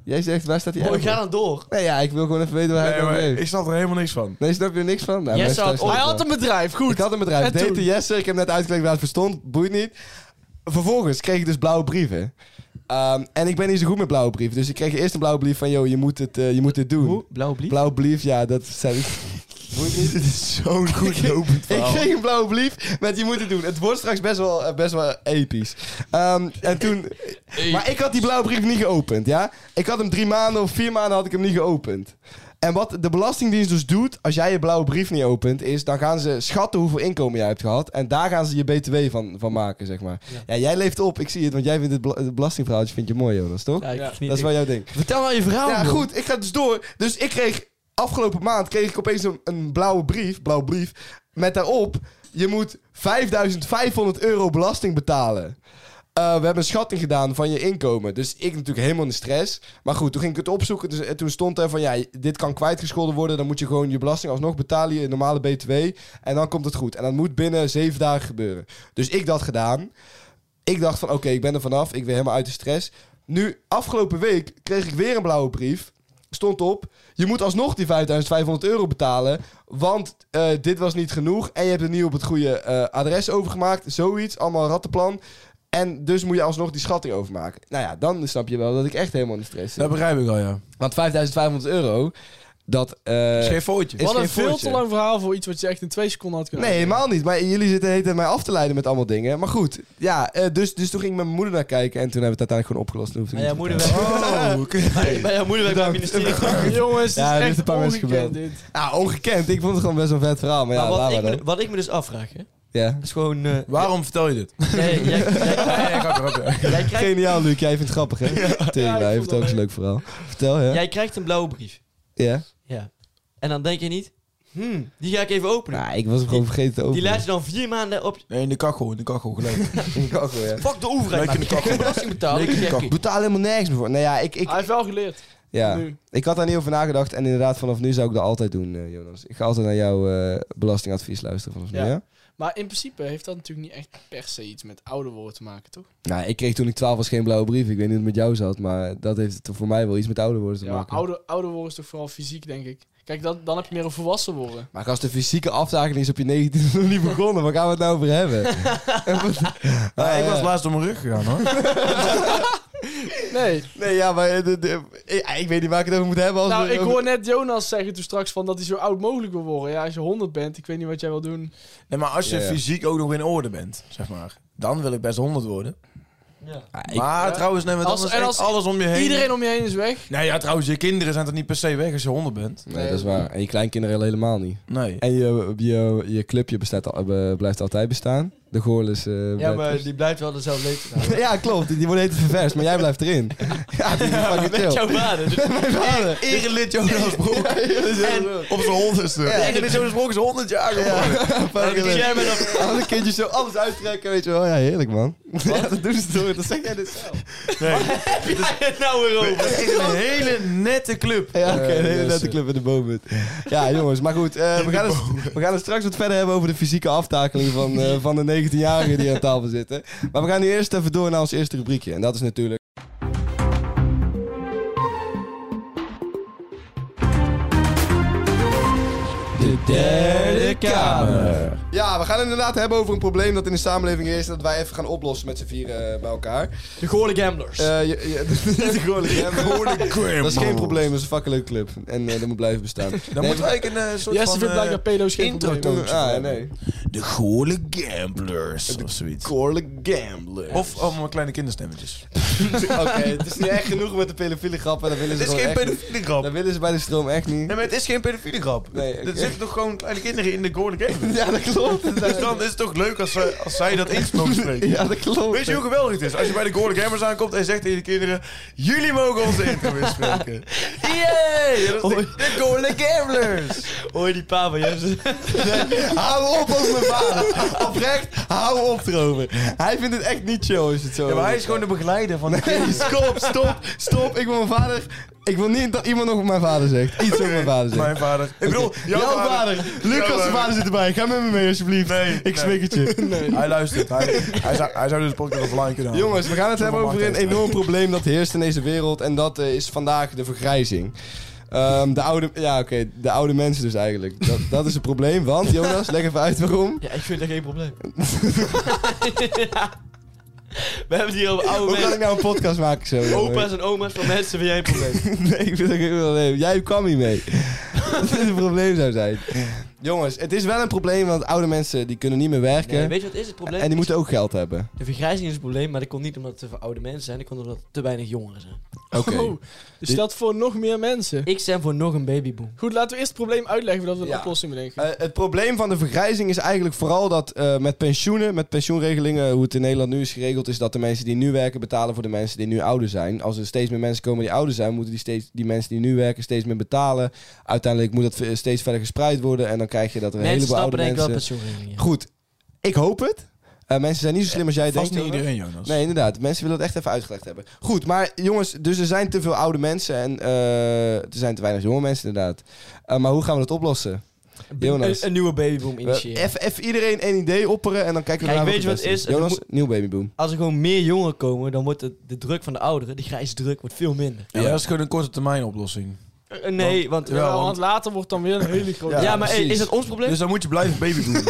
Jij zegt, waar staat die Oh, R ik ga voor? dan door. Nee, ja, ik wil gewoon even weten waar hij Nee, het over maar heeft. ik snap er helemaal niks van. Nee, snap je er niks van? Nou, Jesse mensen had thuis ooit- Hij wel. had een bedrijf, goed. Ik had een bedrijf, En date toen? Jesse. Ik heb net uitgelegd waar het voor stond. Boeit niet. Vervolgens kreeg ik dus blauwe brieven. Um, en ik ben niet zo goed met blauwe brieven. Dus ik kreeg eerst een blauwe brief van... Yo, je moet het, uh, je moet dit doen. Hoe? Blauwe brief? Blauwe brief, ja, dat zijn... Boeit niet. Dit is zo'n goed lopend Ik verhaal. kreeg een blauwe brief met je moet het doen. Het wordt straks best wel, uh, best wel episch. Um, en toen... Maar ik had die blauwe brief niet geopend, ja? Ik had hem drie maanden of vier maanden had ik hem niet geopend. En wat de Belastingdienst dus doet, als jij je blauwe brief niet opent, is dan gaan ze schatten hoeveel inkomen jij hebt gehad. En daar gaan ze je B T W van, van maken, zeg maar. Ja. ja, jij leeft op, ik zie het, want jij vindt het, bela- het belastingverhaaltje vind je mooi, Jonas, toch? Ja, ik, Ja. niet, Dat is wel jouw ding. Vertel nou je verhaal, Ja, joh. goed, ik ga dus door. Dus ik kreeg, afgelopen maand kreeg ik opeens een, een blauwe brief, blauwe brief, met daarop, je moet vijfduizend vijfhonderd euro belasting betalen. Uh, we hebben een schatting gedaan van je inkomen. Dus ik natuurlijk helemaal in de stress. Maar goed, toen ging ik het opzoeken. Dus, en toen stond er van, ja, dit kan kwijtgescholden worden. Dan moet je gewoon je belasting alsnog betalen, je normale B T W. En dan komt het goed. En dat moet binnen zeven dagen gebeuren. Dus ik dat gedaan. Ik dacht van, oké, okay, ik ben er vanaf. Ik ben helemaal uit de stress. Nu, afgelopen week kreeg ik weer een blauwe brief. Stond op, je moet alsnog die vijfduizend vijfhonderd euro betalen. Want uh, dit was niet genoeg. En je hebt het niet op het goede uh, adres overgemaakt. Zoiets, allemaal rattenplan. En dus moet je alsnog die schatting overmaken. Nou ja, dan snap je wel dat ik echt helemaal in de stress zit. Dat begrijp ik al, ja. Want vijfduizend vijfhonderd euro, dat... Uh, is geen foutje. is Wat geen een veel foutje. te lang verhaal voor iets wat je echt in twee seconden had kunnen Nee, uitleggen. helemaal niet. Maar jullie zitten de hele tijd mij af te leiden met allemaal dingen. Maar goed, ja, uh, dus, dus toen ging ik met mijn moeder naar kijken. En toen hebben we het uiteindelijk gewoon opgelost. Toen hoefde ik Ja, niet jouw te moeder vertellen. Oh, oké. Bij jouw moeder werkt bij het ministerie. Jongens, Ja, het er is heeft echt een paar mensen ongekend, gebeld. dit. Ah, ongekend. Ik vond het gewoon best wel een vet verhaal. Maar ja, Maar wat laat ik, maar me, dan. wat ik me dus afvraag, hè, Ja. is gewoon... eh, Waarom vertel je dit? nee, jij, jij, Nee, grapje, grapje. jij, krijgt, Geniaal, Luc. Jij vindt het grappig, hè? Tering, Ja, ik hij vond heeft het ook wel zo'n leuk verhaal. Vertel, ja? jij krijgt een blauwe brief. Ja? Ja. En dan denk je niet... Hmm, die ga ik even openen. Nou, ik was hem gewoon vergeten te die openen. laat je dan vier maanden op... Nee, in de kachel, in de kachel, gelijk. Ik ook wel, ja. Fuck de overheid, Leuk man. in de Ik heb geen belasting betaald. Leuk in de Ik- kachel. Betaal helemaal nergens meer voor. Nou ja, ik, ik, Hij heeft wel geleerd. ja. Nu. ik had daar niet over nagedacht. En inderdaad, vanaf nu zou ik dat altijd doen, uh, Jonas. Ik ga altijd naar jouw uh, belastingadvies luisteren vanaf nu, Ja. ja? Maar in principe heeft dat natuurlijk niet echt per se iets met ouder worden te maken, toch? Nou, ik kreeg toen ik twaalf was geen blauwe brief. Ik weet niet hoe het met jou zat, maar dat heeft het voor mij wel iets met ouder worden te Ja, maar maken. ouder, ouder worden is toch vooral fysiek, denk ik. Kijk, dan, dan heb je meer een volwassen worden. Maar als de fysieke aftakeling is op je negentiende nog niet begonnen, waar gaan we het nou over hebben? Nou, ik was laatst door mijn rug gegaan, hoor. Nee. Nee, ja, maar de, de- ik, ik weet niet waar ik het over moet hebben. Als Nou, we- ik over- hoor net Jonas zeggen toen straks van dat hij zo oud mogelijk wil worden. Ja, als je honderd bent, ik weet niet wat jij wil doen. Nee, maar als je Ja, ja. fysiek ook nog in orde bent, zeg maar, dan wil ik best honderd worden. Ja. Ah, ik- Maar Ja. trouwens, nee, maar dan Als- is en echt als alles om je heen. Iedereen om je heen is weg. Nee, ja, trouwens, je kinderen zijn toch niet per se weg als je honderd bent? Nee, dat is waar. En je kleinkinderen helemaal niet. Nee. En je, je, je clubje bestaat al, be- blijft altijd bestaan. De Goorles. eh, Ja, Bad- maar die blijft wel dezelfde leeftijd. ja, klopt. Die, die worden heet ververst, maar jij blijft erin. Ja, die is fucking Met chill. jouw vader. Dus Mijn vader. Erelid Jonas Broek. En Op zijn honderdste. Ja. Erelid Jonas Broek is honderd jaar geworden. fucking leuk. jij bent op... Alle kindjes zo alles uittrekken, weet je wel. Ja, heerlijk, man. Ja, dat doen ze toch. Dat zeg jij dus zelf. Nee. Heb jij het nou weer over? Het is een hele nette club. Ja, oké. Eh, een hele dus, nette club in de boom. Ja, jongens. Maar goed, eh, we, gaan het, we gaan het straks wat verder hebben over de fysieke aftakeling van, eh, van de negentienjarigen die aan tafel zitten. Maar we gaan nu eerst even door naar ons eerste rubriekje. En dat is natuurlijk... De derde kamer. Ja, we gaan het inderdaad hebben over een probleem dat in de samenleving is. Dat wij even gaan oplossen met z'n vieren eh, bij elkaar. De Goorle Gamblers. Eh, je, je, niet de Goorle Gamblers. Dat is geen probleem, dat is een fucking leuke club. En eh, dat moet blijven bestaan. Dan Nee, moeten we eigenlijk een eh, soort Jesse van vindt eh, blijkbaar pedo's geen intro probleem. toon. Ah, nee. De Goorle Gamblers of zoiets. Goorle Gamblers. Of allemaal kleine kinderstemmetjes. Oké, het is niet echt genoeg met de pedofiele grappen. Dat willen ze Het is gewoon geen echt niet. pedofiele grap. Dat willen ze bij de stroom echt niet. Nee, maar het is geen pedofiele grap. Nee, Er oké. zitten toch gewoon kleine kinderen in de Goorle Gamblers. Ja, dat klopt. Dus dan is het toch leuk als, zij- als zij dat eens mogen spreken. Ja, dat klopt. Weet je hoe geweldig het is? Als je bij de Goorle Gamers aankomt en je zegt tegen de kinderen... Jullie mogen onze intro inspreken. Yay! Dat is de, de Goorle Gamblers. Hoor je die pa van Jesse? Hou op als mijn vader. Oprecht, Hou op erover. Hij vindt het echt niet chill als je het zo... Ja, maar hij is gewoon de begeleider van de Nee, stop, stop, stop. Ik wil mijn vader... Ik wil niet dat iemand nog mijn vader zegt. Iets over mijn vader zegt. Mijn vader. Ik bedoel, jouw, Jouw vader. vader. Lucas' Jouw vader zit erbij. Ga met me mee alsjeblieft. Nee, Ik nee. smeek het je. Nee. Hij luistert. Hij, hij, zou, hij zou dus podcast offline kunnen halen. Jongens, we gaan het hebben over een enorm probleem dat heerst in deze wereld. En dat uh, is vandaag de vergrijzing. Um, de oude... Ja, oké. Okay, de oude mensen dus eigenlijk. Dat, dat is het probleem. Want, Jonas, leg even uit waarom. Ja, ik vind dat geen probleem. Ja. We hebben het hier over oude Hoe kan ik mensen. nou een podcast maken zo? jongen? Opa's en oma's van mensen, vind jij een probleem? Nee, ik vind dat geen probleem. Jij kwam niet mee. Dat het een probleem zou zijn. Jongens, het is wel een probleem, want oude mensen die kunnen niet meer werken. Nee, weet je wat is het probleem? en die Ik- moeten ook geld hebben. De vergrijzing is het probleem, maar dat komt niet omdat het te veel oude mensen zijn. Dat komt omdat er te weinig jongeren zijn. Oké. Oh, dus dat voor nog meer mensen. Ik stem voor nog een babyboom. Goed, laten we eerst het probleem uitleggen voordat we een Ja. oplossing bedenken. Uh, het probleem van de vergrijzing is eigenlijk vooral dat uh, met pensioenen, met pensioenregelingen, hoe het in Nederland nu is geregeld, is dat de mensen die nu werken betalen voor de mensen die nu ouder zijn. Als er steeds meer mensen komen die ouder zijn, moeten die, steeds, die mensen die nu werken steeds meer betalen. Uiteindelijk moet dat v- steeds verder gespreid worden en dan krijg je dat er een Mensen heleboel oude snappen denk ik wel mensen... pensioenregelingen. Goed, ik hoop het. Uh, mensen zijn niet zo slim als jij Vast denkt. niet Jonas. iedereen, Jonas. Nee, inderdaad. Mensen willen het echt even uitgelegd hebben. Goed, maar jongens, dus er zijn te veel oude mensen en uh, er zijn te weinig jonge mensen inderdaad. Uh, maar hoe gaan we dat oplossen? Jonas. Een, een nieuwe babyboom initiëren. Even, even iedereen één idee opperen en dan kijken we Kijk, naar weet je wat het is? Het Jonas, moet- nieuw babyboom. Als er gewoon meer jongeren komen, dan wordt de, de druk van de ouderen, de grijze druk, wordt veel minder. Ja, dat is gewoon een korte termijn oplossing. Uh, nee, want... Ja, Ja, want, want- later wordt dan weer een hele grote... Ja, Ja, maar hey, precies. is dat ons probleem? Dus dan moet je blijven babyboomen.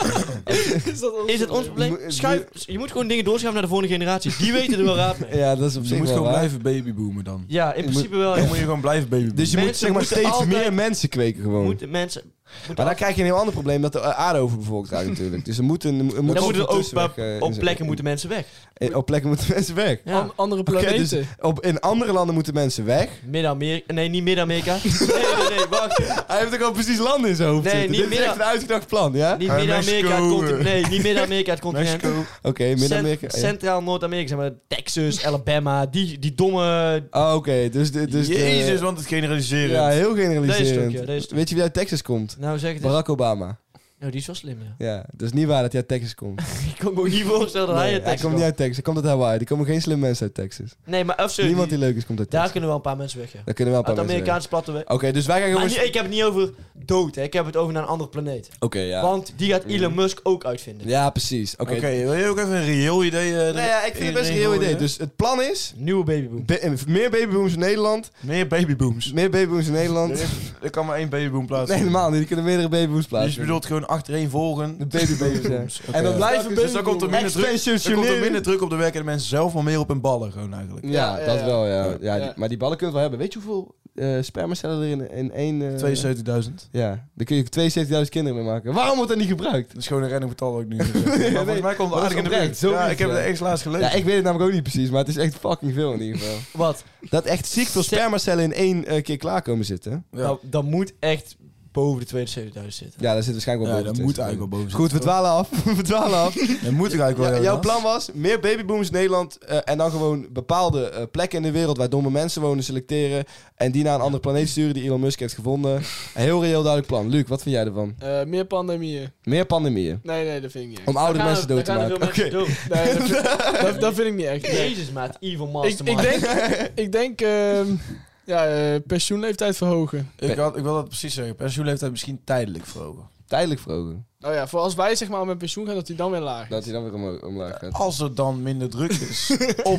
is dat ons Is het ons probleem? Mo- Schuif, je moet gewoon dingen doorschuiven naar de volgende generatie. Die weten er wel raad mee. Ja, dat is op Je zich moet wel gewoon waar. blijven babyboomen dan. Ja, in Je principe wel. Dan moet je gewoon blijven babyboomen. Dus je moet Mensen zeg maar moeten steeds altijd- meer mensen kweken gewoon. Moeten mensen... Moeten Maar dan krijg je een heel ander probleem, dat de aarde overbevolkt raakt natuurlijk. Dus er moeten, er moet dan ook moeten er een ook tussenweg, op, eh, in op zijn- plekken moeten mensen weg. in- Op plekken moeten mensen weg. Ja. An- andere Oké, planeten. dus op, in andere landen moeten mensen weg. Midden-Amerika... Nee, niet Midden-Amerika. Nee, nee, nee, wacht. Hij heeft ook al precies landen in zijn hoofd Nee, zitten. niet Dit is echt midden- een uitgedacht plan, ja? Niet Uh, Midden-Amerika het Mexico, continent. Nee, niet Midden-Amerika het continent. Mexico. Oké, Midden-Amerika. Cent- Centraal Noord-Amerika, zeg maar Texas, Alabama, die, die domme... Oh, oké, dus, de, dus de- Jezus, want het generaliseren. ja, heel Deze generaliserend. stuk, ja, deze stuk. Weet je wie uit Texas komt? Nou, zeg het eens. Barack Obama. Nou, die is wel slim, ja. Ja, dat is niet waar dat hij uit Texas komt. Ik kan me ook niet voorstellen dat Nee, hij het hij Texas komt niet uit Texas, hij komt uit Hawaii. Er komen geen slimme mensen uit Texas. Nee, maar of serieus, Niemand die leuk is komt uit daar Texas. kunnen wel een paar mensen weg, ja. Daar kunnen wel een Uit paar de mensen Amerikaanse platte weg. weg. Oké, dus wij gaan Maar gewoon... niet- ik heb het niet over dood, hè. Ik heb het over naar een andere planeet. Oké, ja. Want die gaat Elon Musk ook uitvinden. Ja, precies. Oké. Oké, wil je ook even een reëel idee? eh, Nou ja, ik vind het best een heel idee. Dus het plan is... Nieuwe babyboom. be- meer babybooms in Nederland. Meer babybooms. Meer babybooms in Nederland. Er, is- er kan maar één babyboom plaatsen. Nee, helemaal niet. Die kunnen meerdere babybooms Dus plaatsen. je bedoelt gewoon achtereen volgen. De babybabies, ja. Oké. En dan blijven Dus dan komt er minder druk, dan komt er extensioneren. minder druk op de werkende mensen zelf, maar meer op hun ballen gewoon eigenlijk. Ja, Ja, ja, dat ja. wel, ja. Ja. ja, die- Ja. maar die ballen kunnen we wel hebben. Weet je hoeveel eh spermacellen er in, in één... eh, tweeënzeventigduizend. Ja, daar kun je tweeënzeventigduizend kinderen mee maken. Waarom wordt dat niet gebruikt? Dat is gewoon een random getal ook nu. Maar volgens mij komt het dat aardig is in de oprecht, buurt. zo Ja, lief, ik heb ja. het echt laatst gelezen. Ja, ik weet het namelijk ook niet precies, maar het is echt fucking veel in ieder geval. Wat? Dat echt ziek veel spermacellen in één eh, keer klaarkomen zitten. Ja. Nou, dat moet echt boven de tweeënzeventigduizend zitten. Ja, daar zit waarschijnlijk wel Ja, boven. dat moet tussen. eigenlijk wel boven Goed, we zitten. dwalen af. we dwalen af. Dat moet ik eigenlijk wel. Ja, hebben, jouw dan. plan was meer babybooms in Nederland eh, en dan gewoon bepaalde eh, plekken in de wereld waar domme mensen wonen selecteren en die naar een andere planeet sturen die Elon Musk heeft gevonden. Een heel reëel duidelijk plan. Luc, wat vind jij ervan? Eh, meer pandemieën. Meer pandemieën. Nee, nee, dat vind ik niet echt. Om oude Daar gaan mensen er- dood te daar gaan er maken. veel Oké. mensen dood. Nee, dat, vind, dat, dat vind ik niet echt. Jezus, maat. Evil Ik, mastermind. ik denk, ik denk ehm, ja, eh, pensioenleeftijd verhogen. Ik, had, ik wil dat precies zeggen. Pensioenleeftijd misschien tijdelijk verhogen. Tijdelijk verhogen. Oh ja, voor als wij zeg maar met pensioen gaan, dat die dan weer laag Dat is. hij dan weer omho- omlaag gaat. Als er dan minder druk is op...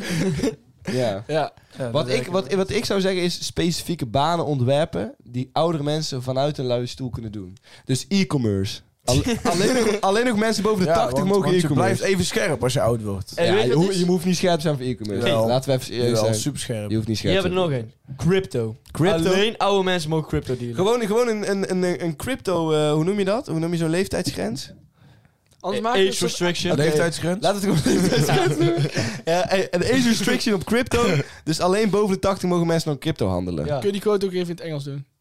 Ja. Ja, Ja, Wat dat ik, wat, wat ik zou zeggen is specifieke banen ontwerpen die oudere mensen vanuit een luie stoel kunnen doen. Dus e-commerce. Al- alleen, nog, alleen nog mensen boven de Ja, tachtig want- mogen want je e-commerce. blijft even scherp als je oud wordt. En Ja, weet je, je wat hoe- is? je hoeft niet scherp te zijn voor e-commerce. Jawel. Laten we even eerlijk Jawel, zijn. super scherp. Je hoeft niet Hier scherp te hebben we er nog één. Crypto. Crypto? Alleen oude mensen mogen crypto dealen. Gewoon, gewoon een, een, een, een crypto, eh, hoe noem je dat? Hoe noem je zo'n leeftijdsgrens? anders maken we Age een soort- restriction. Een leeftijdsgrens? Laat het gewoon een leeftijdsgrens noemen. Ja, een age restriction op crypto. Dus alleen boven de tachtig mogen mensen nog crypto handelen. Ja. Kun je die quote ook even in het Engels doen?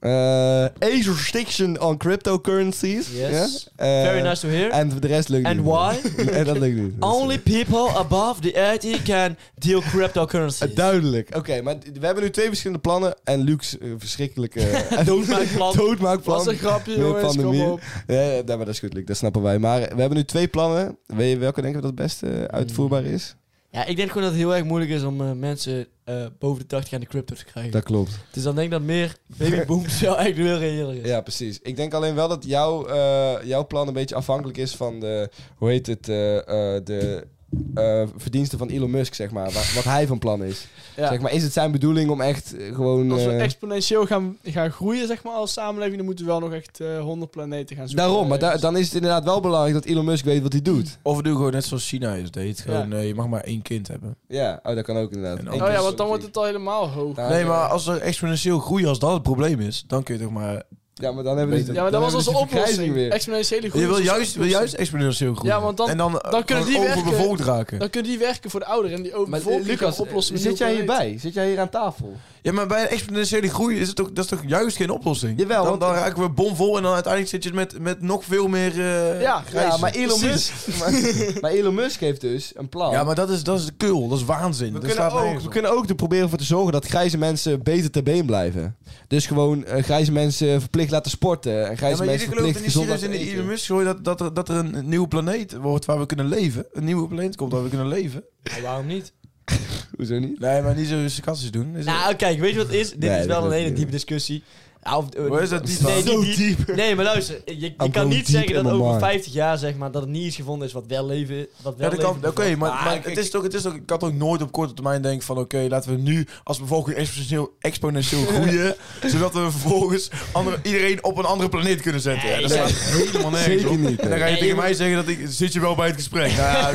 Uh, Ace restriction on cryptocurrencies. Yes. Yeah? Uh, Very nice to hear. En de rest lukt And niet. why? En dat lukt niet. Only people above the eighty can deal cryptocurrencies. Uh, duidelijk. Oké, okay, maar we hebben nu twee verschillende plannen. En Luke's uh, verschrikkelijke... Doodmaakplan. Doodmaakplan. Was een grapje, Met jongens, pandemie. kom op. Ja, ja, maar dat is goed, Luke. Dat snappen wij. Maar we hebben nu twee plannen. Weet je welke denken we dat het beste uitvoerbaar is? Ja, ik denk gewoon dat het heel erg moeilijk is om uh, mensen uh, boven de tachtig aan de crypto te krijgen. Dat klopt. Dus dan denk ik dat meer babybooms wel echt heel reëel is. Ja, precies. Ik denk alleen wel dat jouw, uh, jouw plan een beetje afhankelijk is van de, hoe heet het, uh, uh, de uh, verdiensten van Elon Musk, zeg maar. Wat, wat hij van plan is. Ja. Zeg maar, is het zijn bedoeling om echt uh, gewoon... Als we uh, exponentieel gaan, gaan groeien, zeg maar, als samenleving, dan moeten we wel nog echt uh, honderd planeten gaan zoeken. Daarom, maar da- Dus- dan is het inderdaad wel belangrijk dat Elon Musk weet wat hij doet. Of we doen gewoon net zoals China is deed. Gewoon, Ja. uh, je mag maar één kind hebben. Ja, oh, dat kan ook inderdaad. En Eén Oh ja, keer want dan zo- wordt het al helemaal hoog. Nou, nee, ja. maar als er exponentieel groeien, als dat het probleem is, dan kun je toch maar... Ja, maar dan hebben we... Ja, Ja, maar dat was dan onze hebben we die oplossing. vergrijzing weer. Exponentiële groei. Je wil is onze juist, wil oplossing. juist exponentieel groeien. Ja, want dan- en dan, dan kunnen die werken. overbevolkt raken. Dan kunnen die werken voor de ouderen en die Maar uh, overbevolking Lucas, gaan oplossen met zit jij nieuwe planeet. hierbij? Zit jij hier aan tafel? Ja, maar bij exponentiële groei is het toch, dat is toch juist geen oplossing? Jawel, dan, want- dan raken we bomvol en dan uiteindelijk zit je met, met nog veel meer uh, Ja, Ja, maar Elon, Precies. Musk, maar, maar Elon Musk heeft dus een plan. Ja, maar dat is, dat is de kul. Dat is waanzin. We dat kunnen, staat ook, nergens we op. kunnen ook er proberen voor te zorgen dat grijze mensen beter ter been blijven. Dus gewoon uh, grijze mensen verplicht laten sporten. En grijze Ja, maar mensen jullie geloven verplicht niet gezond serieus in laten de eten. Elon Musk gooi dat, dat, er, dat er een nieuwe planeet wordt waar we kunnen leven. Een nieuwe planeet komt waar we kunnen leven. Maar waarom niet? Hoezo niet? Nee, maar niet zo sarcastisch doen. Is Nou, kijk, weet je wat het is? Dit Nee, is dat wel een is hele niet. diepe discussie. Ja, Of, uh, Waar is dat diep nee, van? niet diep. Nee, maar luister. Je, je kan going niet deep zeggen in dat my over mind. vijftig jaar, zeg maar, dat het niet iets gevonden is wat wel leven... Wat wel Ja, dat kan. leven Oké, bevat. maar, Ah, maar ik- het is toch, het is toch, ik kan toch nooit op korte termijn denken van oké, laten we nu als bevolking exponentieel, exponentieel groeien, zodat we vervolgens andere, iedereen op een andere planeet kunnen zetten. Ja, dat Nee, staat helemaal nergens Zeker op. niet, En dan ga je nee. tegen mij zeggen dat ik, zit je wel bij het gesprek? Nou, ja,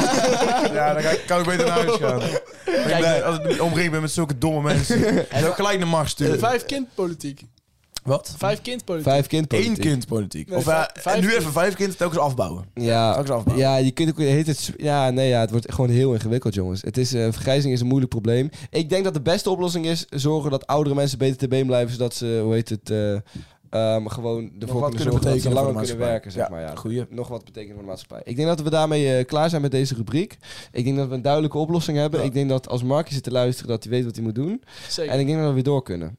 ja, dan ga ik, kan ik beter naar huis gaan. Ik ben, als ik omringd ben met zulke domme mensen, en ook gelijk naar Mars sturen. Vijf kindpolitiek. Wat? Vijf kindpolitiek. Vijf kindpolitiek. Eén kind politiek. Nee, Of ja, vijf- vijf en nu kind. even vijf kind telkens afbouwen. Ja, Telkens afbouwen. ja, je kunt ook heet het. Ja, nee, ja, het wordt gewoon heel ingewikkeld, jongens. Het is uh, vergrijzing is een moeilijk probleem. Ik denk dat de beste oplossing is zorgen dat oudere mensen beter ter been blijven, zodat ze, hoe heet het, uh, um, gewoon ervoor wat kunnen kunnen zorgen dat ze betekenen langer voor de kunnen maatschappij. werken, zeg Ja, maar. Ja, goeie. nog wat betekenen voor de maatschappij. Ik denk dat we daarmee uh, klaar zijn met deze rubriek. Ik denk dat we een duidelijke oplossing hebben. Ja. Ik denk dat als Mark zit te luisteren, dat hij weet wat hij moet doen. Zeker. En ik denk dat we weer door kunnen.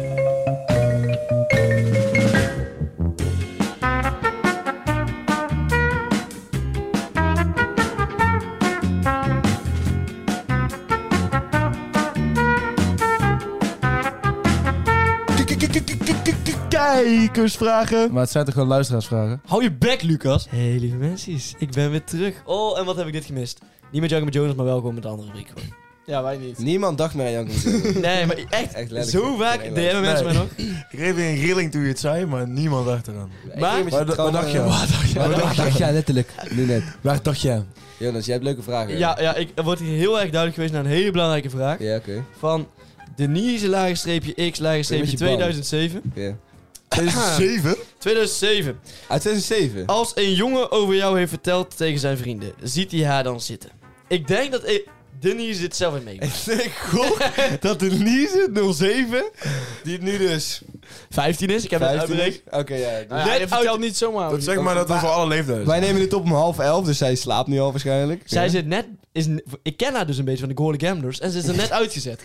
Kijkersvragen. Maar het zijn toch gewoon luisteraarsvragen? Hou je bek, Lucas. Hey, lieve mensen. Ik ben weer terug. Oh, en wat heb ik dit gemist? Niet met Janko met Jonas, maar wel gewoon met de andere rubriek. Gewoon. Ja, wij niet. Niemand dacht meer aan Janko. Nee, maar echt, Echt letterlijk. zo vaak D M'en mensen mij nog. Ik kreeg weer een rilling toen je het zei, maar niemand dacht eraan. Maar- Waar, waar dacht je aan? Wat dacht je? Letterlijk. Nu net. Waar dacht je aan? Jonas, jij hebt leuke vragen. Ja, ja ik er wordt hier heel erg duidelijk geweest naar een hele belangrijke vraag. Ja, oké. Van Denise lager streepje x lager streepje Beetje bang. tweeduizend zeven. Ja. tweeduizend zeven? tweeduizend zeven. Uit tweeduizend zeven. Als een jongen over jou heeft verteld tegen zijn vrienden, ziet hij haar dan zitten? Ik denk dat e- Denise dit zelf heeft meegemaakt. Ik gok dat de Denise nul zeven, die het nu dus vijftien is, ik heb het vijftien is. uitberekend. Oké, ja. dus- Nou ja, Net je vertelt uit- niet zomaar. Dat zeg maar dat we voor alle leeftijden Wij nemen het op om half elf, dus zij slaapt nu al waarschijnlijk. Zij Ja. zit net... Is, n- ik ken haar dus een beetje van de Goorlijk Gamblers en ze is er net uitgezet.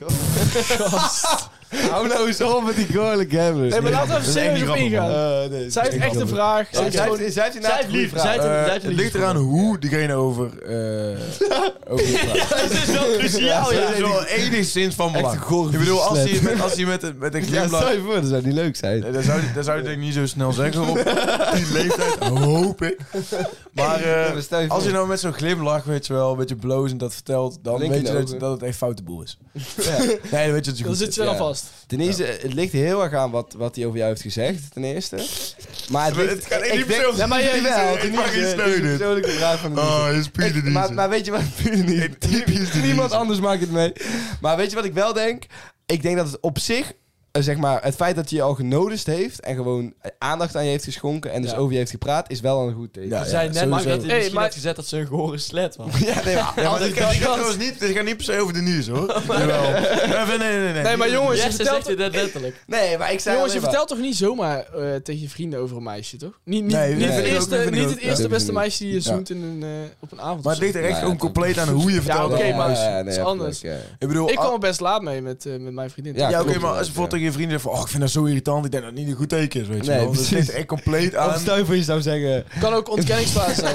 Hou nou eens op met die goorlijke gamblers. Nee, maar laten we even Dat is echt serieus niet op grappig, ingaan. Uh, nee, Zij heeft echt een vraag. Zij Zij zij heeft heeft zij heeft inderdaad Zij een heeft goede lief, vraag. zij heeft- Eh, zij heeft het lief ligt eraan hoe diegene over... eh over praat. Dat is wel cruciaal, ja. Dat is wel enigszins van Echt een belang. gore Ik bedoel, als hij slet. met, als hij met, een- met een Ja, glimlach... stel je voor, dat zou niet leuk zijn. Nee, dat zou, dat zou ik denk ik niet zo snel zeggen op die leeftijd, hoop ik. Maar eh, Ja, maar stel je voor. als je nou met zo'n glimlach, weet je wel, een beetje blozend dat vertelt, dan Blink in weet je de dat, ogen. dat het echt foute boel is. Ja. Nee, dan weet je dat je Dan goed zit je er Ja. al vast. Denise, het ligt heel erg aan wat, wat hij over jou heeft gezegd, ten eerste. Maar het, Maar ligt, het gaat echt ik niet denk- persoonlijk. Ja, maar jij wel. Ik Denise, mag geen het steun is een dit. persoonlijke vraag van Denise. Oh, je is Ik- puur maar, maar weet je wat? Puur niet. Typisch Denise. Niemand anders maakt het mee. Maar weet je wat ik wel denk? Ik denk dat het op zich zeg maar, het feit dat hij je al genodigd heeft en gewoon aandacht aan je heeft geschonken en dus Ja. over je heeft gepraat, is wel een goed teken. Ja, Ze zei net sowieso. maar dat hij Hey, misschien maar- had gezet dat ze een gore slet was. Ja, nee, maar, Ja, maar als dit ik gaat, dat dit gaat kan- trouwens niet, dit gaat niet per se over de nieuws, hoor. Jawel. Eh, Nee, nee, nee, nee. Nee, maar jongens, je Jesse vertelt, zegt dit letterlijk. Nee, maar ik zei jongens, je alleen maar- vertelt toch niet zomaar eh, tegen je vrienden over een meisje, toch? Niet, niet, Nee, niet, nee, het, vind ik ook, eerste, vind ik niet ook. het Ja. eerste Dat beste vind ik meisje die je Ja. zoent in een, eh, op een avond. Maar het ligt er echt Ja, gewoon ja, compleet aan hoe je vertelt. oké, Ja, maar ja, dat nee, is ja, anders. gelijk, ja. Ik bedoel, Ik kwam ah, er best laat mee met, eh, met mijn vriendin. Ja, ja, oké, klopt, maar als ja. bijvoorbeeld tegen je vrienden zegt van, oh, ik vind dat zo irritant, ik denk dat het niet een goed teken is, weet je Nee, wel. Dus het precies. ligt er echt compleet Of aan. stel je voor je zou zeggen... Kan ook ontkenningsfase zijn.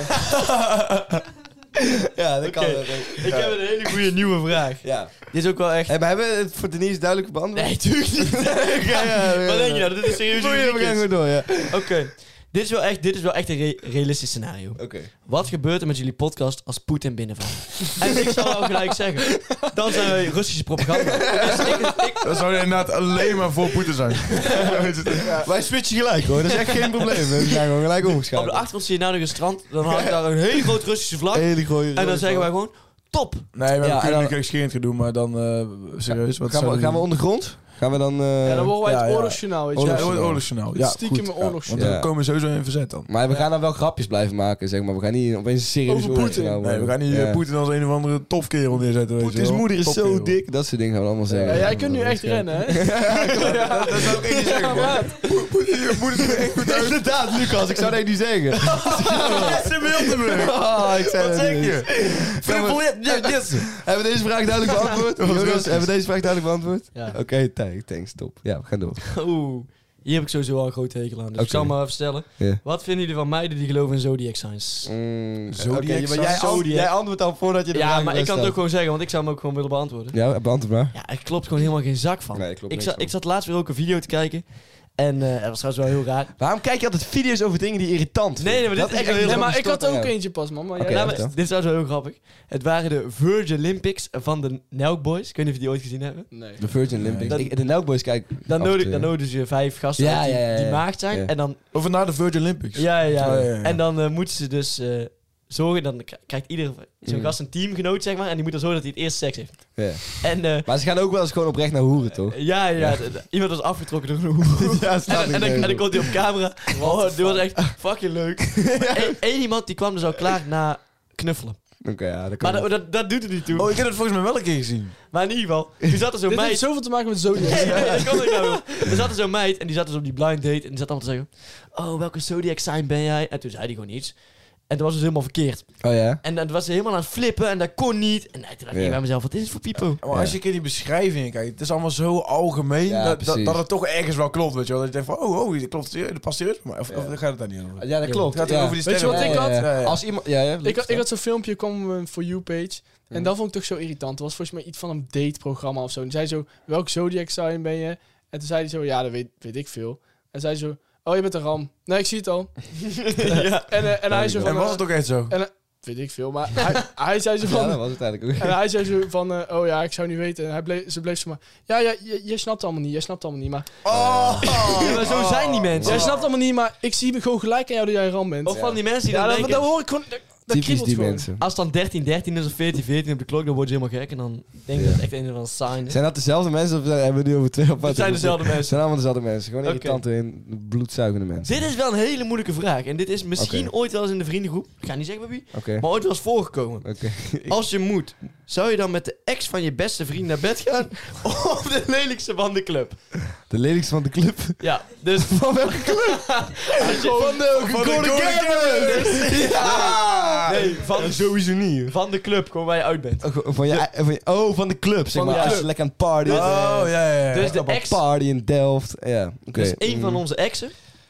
Ja, dat kan. Oké. dat- Ik heb een hele goede nieuwe vraag. Ja. Dit is ook wel echt... Hey, maar hebben we het voor Denise duidelijk beantwoord? Nee, tuurlijk niet. ja, ja, Wat denk je nou? Dit is serieus. Goeie, we gaan gewoon door, ja. Oké. Dit is wel echt, dit is wel echt een re- realistisch scenario. Oké. Wat gebeurt er met jullie podcast als Poetin binnenvalt? En ik zal wel gelijk zeggen. Dan zijn wij Russische propaganda. Dus ik, ik, Dat zou inderdaad alleen maar voor Poetin zijn. Wij switchen gelijk hoor, dat is echt geen probleem. We zijn gewoon gelijk op de omgeschakeld. achtergrond zie je nou nog een strand. Dan hangt daar een hele grote Russische vlag. Hele gooie En dan zeggen wij gewoon, top. Nee, we Ja, kunnen en dan- nu gekscherend gaan doen, maar dan uh, serieus. Wat Gaan we, zouden gaan we ondergrond? Gaan we dan... uh, Ja, dan worden wij ja, het ja. oorlogsjournaal, weet je Ja, wel. het oorlogsjournaal. Het Ja, stiekem goed. oorlogsjournaal. Want Ja. we komen sowieso in verzet dan. Maar we gaan dan wel grapjes blijven maken, zeg maar. We gaan niet opeens een serieus Over Poetin. oorlogsjournaal Nee, we worden. gaan niet Ja. uh, Poetin als een of andere topkerel neerzetten. weet je Poetins wel. moeder is zo Topkerel. dik. Dat soort dingen gaan we allemaal zeggen. Ja, jij kunt nu echt rennen, hè? Dat, dat zou ik echt niet zeggen. Ja, man. maat. Poetin je moeder is er echt goed uit. Inderdaad, Lucas. Ik zou dat echt niet zeggen. Jesse Miltenburg. Oh, ik zei Wat dat zeg niet. je? Gaan we- Ja, Jesse. Hebben we deze vraag duidelijk beantwoord? Dat was Jonas, Russisch. hebben we deze vraag duidelijk beantwoord? Ja. Oké, okay, thanks. Top. Ja, we gaan door. Oeh. Hier heb ik sowieso al een grote hekel aan. Dus Oké. ik zal maar even stellen. Ja. Wat vinden jullie van meiden die geloven in zodiac signs? Mm, Zodiac oké, maar sign? jij, an- Zodiac. jij antwoordt al voordat je de Ja, vraag maar ik kan het stelt. ook gewoon zeggen, want ik zou hem ook gewoon willen beantwoorden. Ja, beantwoord maar. Ja, er klopt gewoon helemaal geen zak van. Nee, klopt ik, niks zat, van. ik zat laatst weer ook een video te kijken. En eh dat was trouwens wel heel raar. Waarom kijk je altijd video's over dingen die irritant Nee, nee, maar dit Dat is echt heel Nee, raar. maar ik had er ook Ja. eentje pas, man. Maar Oké, jij- Ja, ja, maar vertel. dit is trouwens wel heel grappig. Het waren de Virgin Olympics van de Nelk Boys. Ik weet niet of je die ooit gezien hebben. Nee. De Virgin Olympics. Dat- Ik- de Nelk Boys kijk. Dan af en nodig, toe, dan ja. nodigen ze vijf gasten Ja, uit die, ja, ja, die ja. maagd zijn. Ja. En dan, Over na de Virgin Olympics. ja, ja, ja. Ja, ja, ja. En dan eh, moeten ze dus eh, zorgen, dan k- krijgt ieder zo'n Mm. gast een teamgenoot, zeg maar. En die moet dan zorgen dat hij het eerst seks heeft. Ja. En eh, Maar ze gaan ook wel eens gewoon oprecht naar hoeren, toch? ja, ja, d- d- iemand was afgetrokken door een hoer. Ja, En, dan- en, dan- en dan komt hij op camera. Oh, dit was echt fucking leuk. Eén één iemand die kwam dus al klaar na knuffelen. Oké, ja, dat kan Maar wel. dat, dat, dat doet het niet toe. Oh, ik heb het volgens mij wel een keer gezien. Maar in ieder geval, toen zat er zo'n Dit heeft meid. zoveel te maken met Zodiac. Nee, nee, dat kan ik nou wel. Er zat er zo'n meid en die zat dus op die blind date. En die zat allemaal te zeggen: oh, welke zodiac sign ben jij? En toen zei hij gewoon iets. En toen was het helemaal verkeerd. Oh ja? En dan was ze helemaal aan het flippen en dat kon niet. En toen dacht ik Ja. bij mezelf: wat is het voor piepo? Maar als je een keer die beschrijvingen kijkt, het is allemaal zo algemeen Ja, dat, dat, precies. dat het toch ergens wel klopt, weet je wel. Dat je denkt van, oh, oh, dat klopt, dat past serieus bij mij. Of, Ja. of gaat het daar niet over? Ja, dat klopt. Het gaat ja. over die Weet je wat sterren. ik had? Ja, ja. Als iemand... Ja, ja. Ik had, ik had zo'n filmpje, kwam op een For You page. En dat vond ik toch zo irritant. Het was volgens mij iets van een dateprogramma of zo. En die zei zo, welk zodiac sign ben je? En toen zei hij zo, ja, dat weet, weet ik veel. En zei zo, oh, je bent een ram. Nee, ik zie het al. Ja. En, uh, en hij zo van... En was uh, het ook echt zo? en, uh, weet ik veel, maar hij, hij zei zo Ja, van... dat was het eigenlijk ook. En hij zei zo van, uh, oh ja, ik zou niet weten. En hij bleef, ze bleef zo maar, ja, ja, je, je snapt allemaal niet, je snapt allemaal niet. Maar Oh! Ja, maar zo zijn die mensen. jij snapt allemaal niet, maar ik zie gewoon gelijk aan jou dat jij een ram bent. Of van die mensen die ja, dan dat, denken... dat hoor ik gewoon... Dat, dat Typisch kriebelt die gewoon. mensen. Als het dan dertien dertien is of veertien veertien op de klok, dan worden ze helemaal gek. En dan denk ik Ja. dat het echt een of andere sign is. Zijn dat dezelfde mensen of hebben we nu over twee aparte? Het zijn dezelfde Het mensen. zijn allemaal dezelfde mensen. Gewoon Oké. irritante, bloedzuigende mensen. Dit is wel een hele moeilijke vraag. En dit is misschien Oké. ooit wel eens in de vriendengroep. Ik ga niet zeggen bij wie. Oké. Maar ooit wel eens voorgekomen. Oké. Als je moet, zou je dan met de ex van je beste vriend naar bed gaan? Of de lelijkste van de club? De lelijkste van de club. Ja, dus... Van welke club? Van de Golden Gamblers! Ja! Nee, van, Sowieso niet. van de club, gewoon waar je uit bent. Oh, Van je, van je, oh, van de club, zeg Van de maar. Als club. je lekker aan het party Dus- Oh, ja, ja, ja. Dus de Op een ex, party in Delft. Ja, oké. dus één van Mm, onze exen,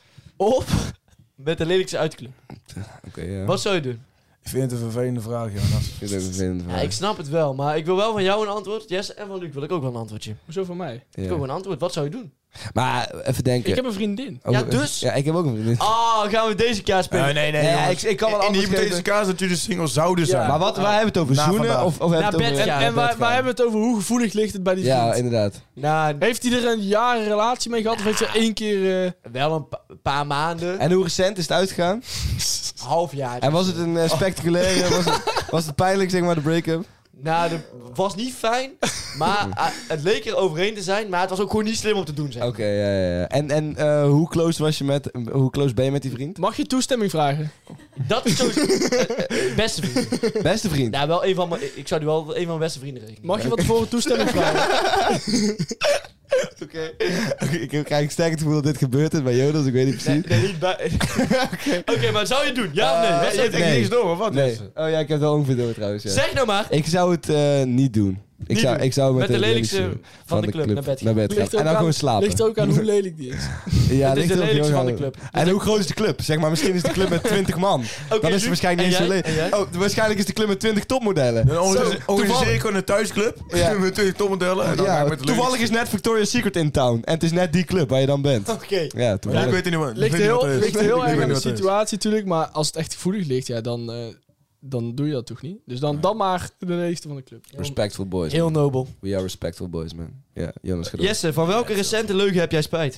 of met de lelijkste uit de club. Oké, ja. Wat zou je doen? Ik vind het een vervelende vraag, Jonas. Ik vind het ook een vervelende Ja, vraag. ik snap het wel, maar ik wil wel van jou een antwoord. Jesse, en van Luc wil ik ook wel een antwoordje. Hoezo van mij? Ik Ja. wil gewoon een antwoord. Wat zou je doen? Maar even denken. Ik heb een vriendin. Oh, Ja, dus? Ja, ik heb ook een vriendin. Ah, gaan we deze kaart spelen? nee, nee, Ja, jongens. ik, ik kan wel In die anders hypothetische geven. casus dat jullie single zouden zijn. Maar wat, waar hebben we het over? Na Zoenen? vandaag. Of, of hebben we Naar het over... bed En, gaan. Ja, en waar, bed waar gaan. hebben we het over? Hoe gevoelig ligt het bij die Ja, vriend? inderdaad. Nou, Heeft hij er een jaar een relatie mee gehad? Of heeft ze één keer... eh, wel een pa- paar maanden. En hoe recent is het uitgegaan? half jaar. En was het een eh, spectaculaire... was, het, was het pijnlijk, zeg maar, de break-up? Nou, dat was niet fijn, maar uh, het leek er overheen te zijn, maar het was ook gewoon niet slim om te doen, zeg. Oké, ja, ja, ja. En, en uh, hoe close was je met, hoe close ben je met die vriend? Mag je toestemming vragen? Dat is sowieso... uh, uh, beste vriend. Beste vriend? Nou, wel een van mijn... Ik zou die wel een van mijn beste vrienden rekenen. Mag je van tevoren toestemming vragen? Oké. Okay. Ik heb krijg sterk het gevoel dat dit gebeurd is bij Jonas, ik weet niet precies. Nee, nee niet bij... Oké, okay. okay, maar zou je het doen? Ja of nee? Uh, Wij Je hebt echt nee. niks door, of wat? Nee. Oh ja, ik heb het wel ongeveer door trouwens. Ja. Zeg nou maar. Ik zou het uh, niet doen. Ik Niet zou, doen. ik zou met, Met de lelijkste van de club naar bed gaan. Naar bed gaan. Ligt ook En dan aan- gewoon slapen. Ligt ook aan hoe lelijk die is. Ja, Het is ligt de ook lelijkste heel van de aan- club. En hoe groot is de club? Zeg maar, misschien is de club met twintig man. Okay, Dan is het waarschijnlijk niet eens zo en jij? lelijk. En jij? Oh, waarschijnlijk is de club met twintig topmodellen. Dan organiseer, Zo, organiseer toevallig- ik gewoon een thuisclub. Ja. Met twintig topmodellen. En dan ga Ja, ik met de toevallig is net Victoria's Secret in town. En het is net die club waar je dan bent. Oké. Ja, Ja, toevallig. ik weet het niet wat. ik Ligt weet niet wat heel, het is. ligt heel Ik erg weet aan de niet wat het is. situatie natuurlijk, maar als het echt gevoelig ligt, ja, dan, uh, dan doe je dat toch niet. Dus dan, dan maar de lelijkste van de club. Respectful boys. Heel nobel. We are respectful boys, man. Ja, Jonas gaat door. Jesse, van welke recente leugen heb jij spijt?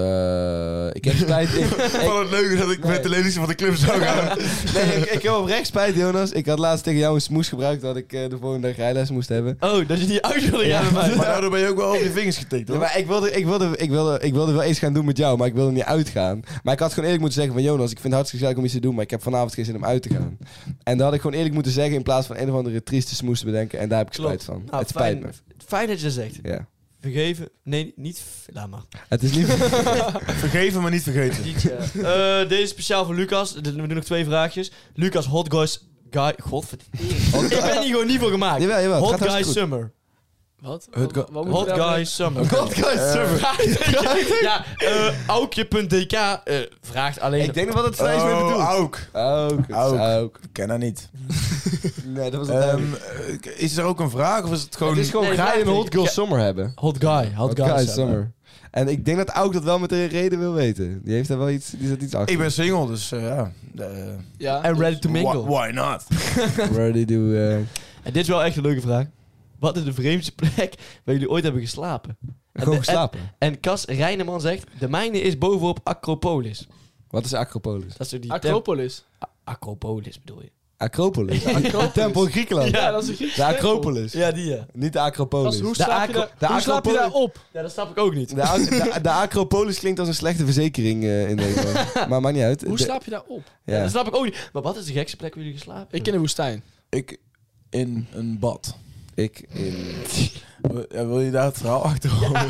Uh, ik heb spijt. Ik, ik, Van het leuke dat ik Nee. met de lelijkste van de club zou gaan. nee, ik, ik heb oprecht spijt, Jonas. Ik had laatst tegen jou een smoes gebruikt dat ik uh, de volgende dag rijles moest hebben. Oh, dat je niet uit wilde Ja. gaan bij mij. Maar daardoor ben je ook wel op je vingers getikt, Ja, hoor. maar ik wilde, ik, wilde, ik, wilde, ik wilde wel eens gaan doen met jou, maar ik wilde niet uitgaan. Maar ik had gewoon eerlijk moeten zeggen van Jonas, ik vind het hartstikke gezellig om iets te doen, maar ik heb vanavond geen zin om uit te gaan. En dat had ik gewoon eerlijk moeten zeggen in plaats van een of andere trieste smoes te bedenken. En daar heb ik spijt van. Nou, het spijt fijn, me. Fijn dat je dat zegt. Ja. Vergeven? Nee, niet... v- Laat maar. Het is niet... Vergeven, maar niet vergeten. Niet, ja. uh, deze is speciaal voor Lucas. We doen nog twee vraagjes. Lucas, Hot Guys... Guy... Godverdomme. Ik ben hier gewoon niet voor gemaakt. Jawel, jawel, het Hot gaat Guy hartstikke goed. Summer. Wat? Het Wat- go- wat moet Hot je daar- Guy Summer. God, guys, Eh, summer. ja, uh, aukje.dk uh, vraagt alleen... Ik denk nog wel dat het Thijs mee Oh, bedoelt. Auk. Ook. Ook. Ook. Ik ken dat niet. Nee, dat was het. Ehm, eh, is er ook een vraag of is het gewoon... Het is gewoon, Nee, ga je een vraag- Hot Girl Ja. Summer hebben? Hot Guy. Hot, Guy, Summer. Summer. En ik denk dat Auk dat wel met een reden wil weten. Die heeft daar wel iets, die zat iets achter. Ik ben single, dus uh, ja. Uh, Ja, En ready to mingle. why, why not? Ready to... Uh... En dit is wel echt een leuke vraag. Wat is de vreemdste plek waar jullie ooit hebben geslapen? En Gewoon de- geslapen. En, en Cas Reineman zegt... De mijne is bovenop Acropolis. Wat is Acropolis? Dat is zo die... Acropolis. tem- Acropolis bedoel je? Acropolis. Acropolis. De tempel in Griekenland. Ja, dat is een Griekse De Acropolis. Ja, die ja. Niet de Acropolis. Als, hoe De slaap je, acro- daar, de hoe slaap je daar acropolis- op? Ja, dat snap ik ook niet. De, ac- de, de Acropolis klinkt als een slechte verzekering uh, in Nederland. Maar maakt niet uit. Hoe De- slaap je daar op? Ja, Ja. dat snap ik ook niet. Maar wat is de gekste plek waar jullie geslapen? Ik in de woestijn. Ik in een bad. Ik in... Wil- Ja, wil je daar het verhaal achter horen?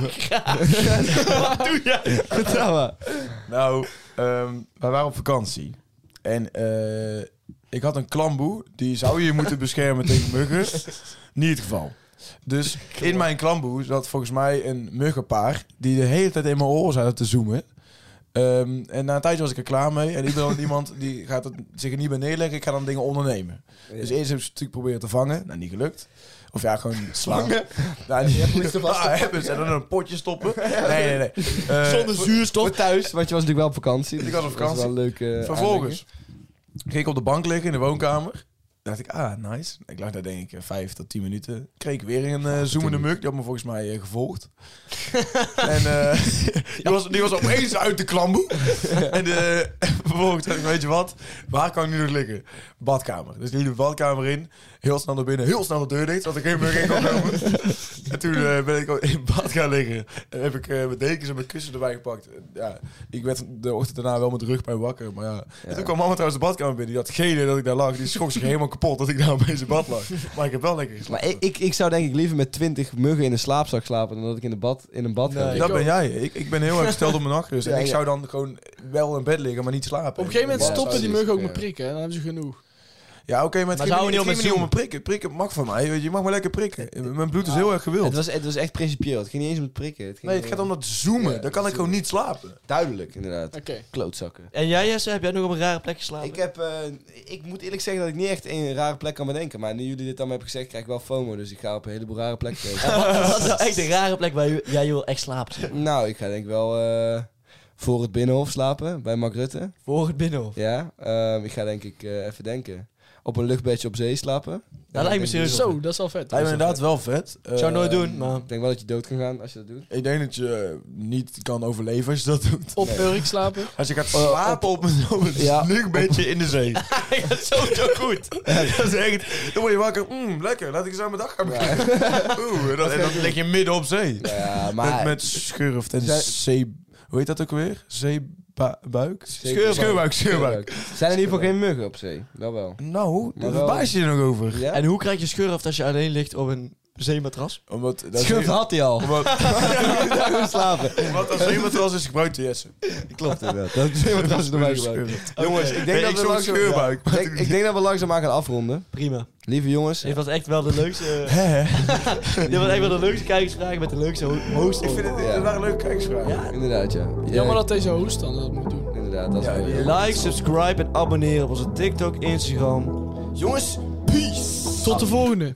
Wat doe je? Vertel maar. Nou, ehm, wij waren op vakantie. En eh, ik had een klamboe. Die zou je moeten beschermen tegen muggen. Niet het geval. Dus in mijn klamboe zat volgens mij een muggenpaar... die de hele tijd in mijn oren zaten te zoomen. Ehm, en na een tijdje was ik er klaar mee. En ik ben dan iemand die gaat het zich er niet bij neerleggen. Ik ga dan dingen ondernemen. Dus eerst heb ik ze natuurlijk proberen te vangen. Nou, niet gelukt. Of ja, gewoon slaan. Nou, niet ah, hebben ze en dan in een potje stoppen. Nee, nee, nee. Eh, Zonder zuurstof. Voor thuis, want je was natuurlijk wel op vakantie. Ik dus was op dat was vakantie. wel een leuke... uh, Vervolgens ging ik op de bank liggen in de woonkamer. Dacht ik, ah, nice. Ik lag daar denk ik eh, vijf tot tien minuten. Kreeg ik weer een uh, zoemende mug. Die had me volgens mij uh, gevolgd. en uh, die, was, die was opeens uit de klamboe. en uh, vervolgens dacht ik, weet je wat? Waar kan ik nu nog liggen? Badkamer. Dus liep de badkamer in. Heel snel naar binnen. Heel snel de deur dicht. Zodat er geen mug in kon komen. en toen uh, ben ik ook in bad gaan liggen. En heb ik uh, mijn dekens en mijn kussen erbij gepakt. Ja, ik werd de ochtend daarna wel met rugpijn wakker. Maar ja. En toen kwam mama trouwens de badkamer binnen. Die had geen idee dat ik daar lag. Die schrok zich helemaal kapot dat ik daar opeens in bad lag. Maar ik heb wel lekker geslapen. Maar ik, ik, ik zou denk ik liever met twintig muggen in een slaapzak slapen... dan dat ik in, de bad, in een bad ga Nee, liggen. dat ben jij. Ik, ik ben heel erg gesteld op mijn nachtrust. Ja, en ik ja. zou dan gewoon wel in bed liggen, maar niet slapen. Op een gegeven moment Ja, stoppen die precies, muggen ook ja. met prikken. Hè? Dan hebben ze genoeg. Ja, oké, maar het Maar ging zou me je niet, niet het ging om me het niet om mijn prikken. Prikken mag van mij. Weet je, je mag maar lekker prikken. Mijn bloed is heel erg gewild. Het was, het was echt principieel. Het ging niet eens om het prikken. Het ging Nee, het gaat om dat zoomen. Ja, Dan kan ik gewoon niet slapen. Duidelijk, inderdaad. Oké. Klootzakken. En jij, Jesse, heb jij nog op een rare plek geslapen? Ik, heb, uh, ik moet eerlijk zeggen dat ik niet echt een rare plek kan bedenken. Maar nu jullie dit allemaal hebben gezegd, krijg ik wel FOMO. Dus ik ga op een heleboel rare plekken. Wat is nou echt een rare plek waar je- jij wil echt slapen? zeg? Nou, ik ga denk ik wel... Uh, Voor het Binnenhof slapen, bij Mark Rutte. Voor het Binnenhof. Ja, ehm, ik ga denk ik uh, even denken. Op een luchtbedje op zee slapen. Dat lijkt me serieus. Zo, dat is al vet. Lijkt me inderdaad wel vet. Ik zou het nooit doen, maar... Ik denk wel dat je dood kan gaan als je dat doet. Ik denk dat je niet kan overleven als je dat doet. Op Urk slapen. Als je gaat slapen op een, op een Ja. luchtbedje in de zee. dat is sowieso goed. Dat is echt... Dan word je wakker. Mm, lekker, laat ik eens aan mijn dag gaan beginnen. Oeh, en dan, en dan lig je midden op zee. Ja, maar... Met, met schurft en Zijn- zee... Hoe heet dat ook alweer? Zeebuik? Scheurbuik. Scheurbuik, scheurbuik. Zijn er in ieder geval geen muggen op zee? Wel wel. Nou, Maar daar wel- verbaas je je nog over. Ja? En hoe krijg je schurft als je alleen ligt op een zeematras? Omdat... dat Schurft had hij al. Omdat, Daar gaan we slapen. omdat als zeematras is gebruikt te jessen. Klopt inderdaad. Dat is helemaal trouwens erbij gebruikt. Jongens, ik denk Nee, dat ik we zo'n langzaam... scheurbuik. Ik denk, ik denk dat we langzaam aan gaan afronden. Prima. Lieve jongens. Dit was echt wel de leukste... Hè? dit was echt wel de leukste kijkersvragen met de leukste ho- host. Ik vind het... Ja. Het waren leuke kijkersvragen. Ja. Inderdaad, ja. Jammer dat deze host dan dat moet doen. Inderdaad, dat is Ja, wel... die- Like, subscribe en abonneren op onze TikTok, Instagram. Jongens, peace! Tot de volgende.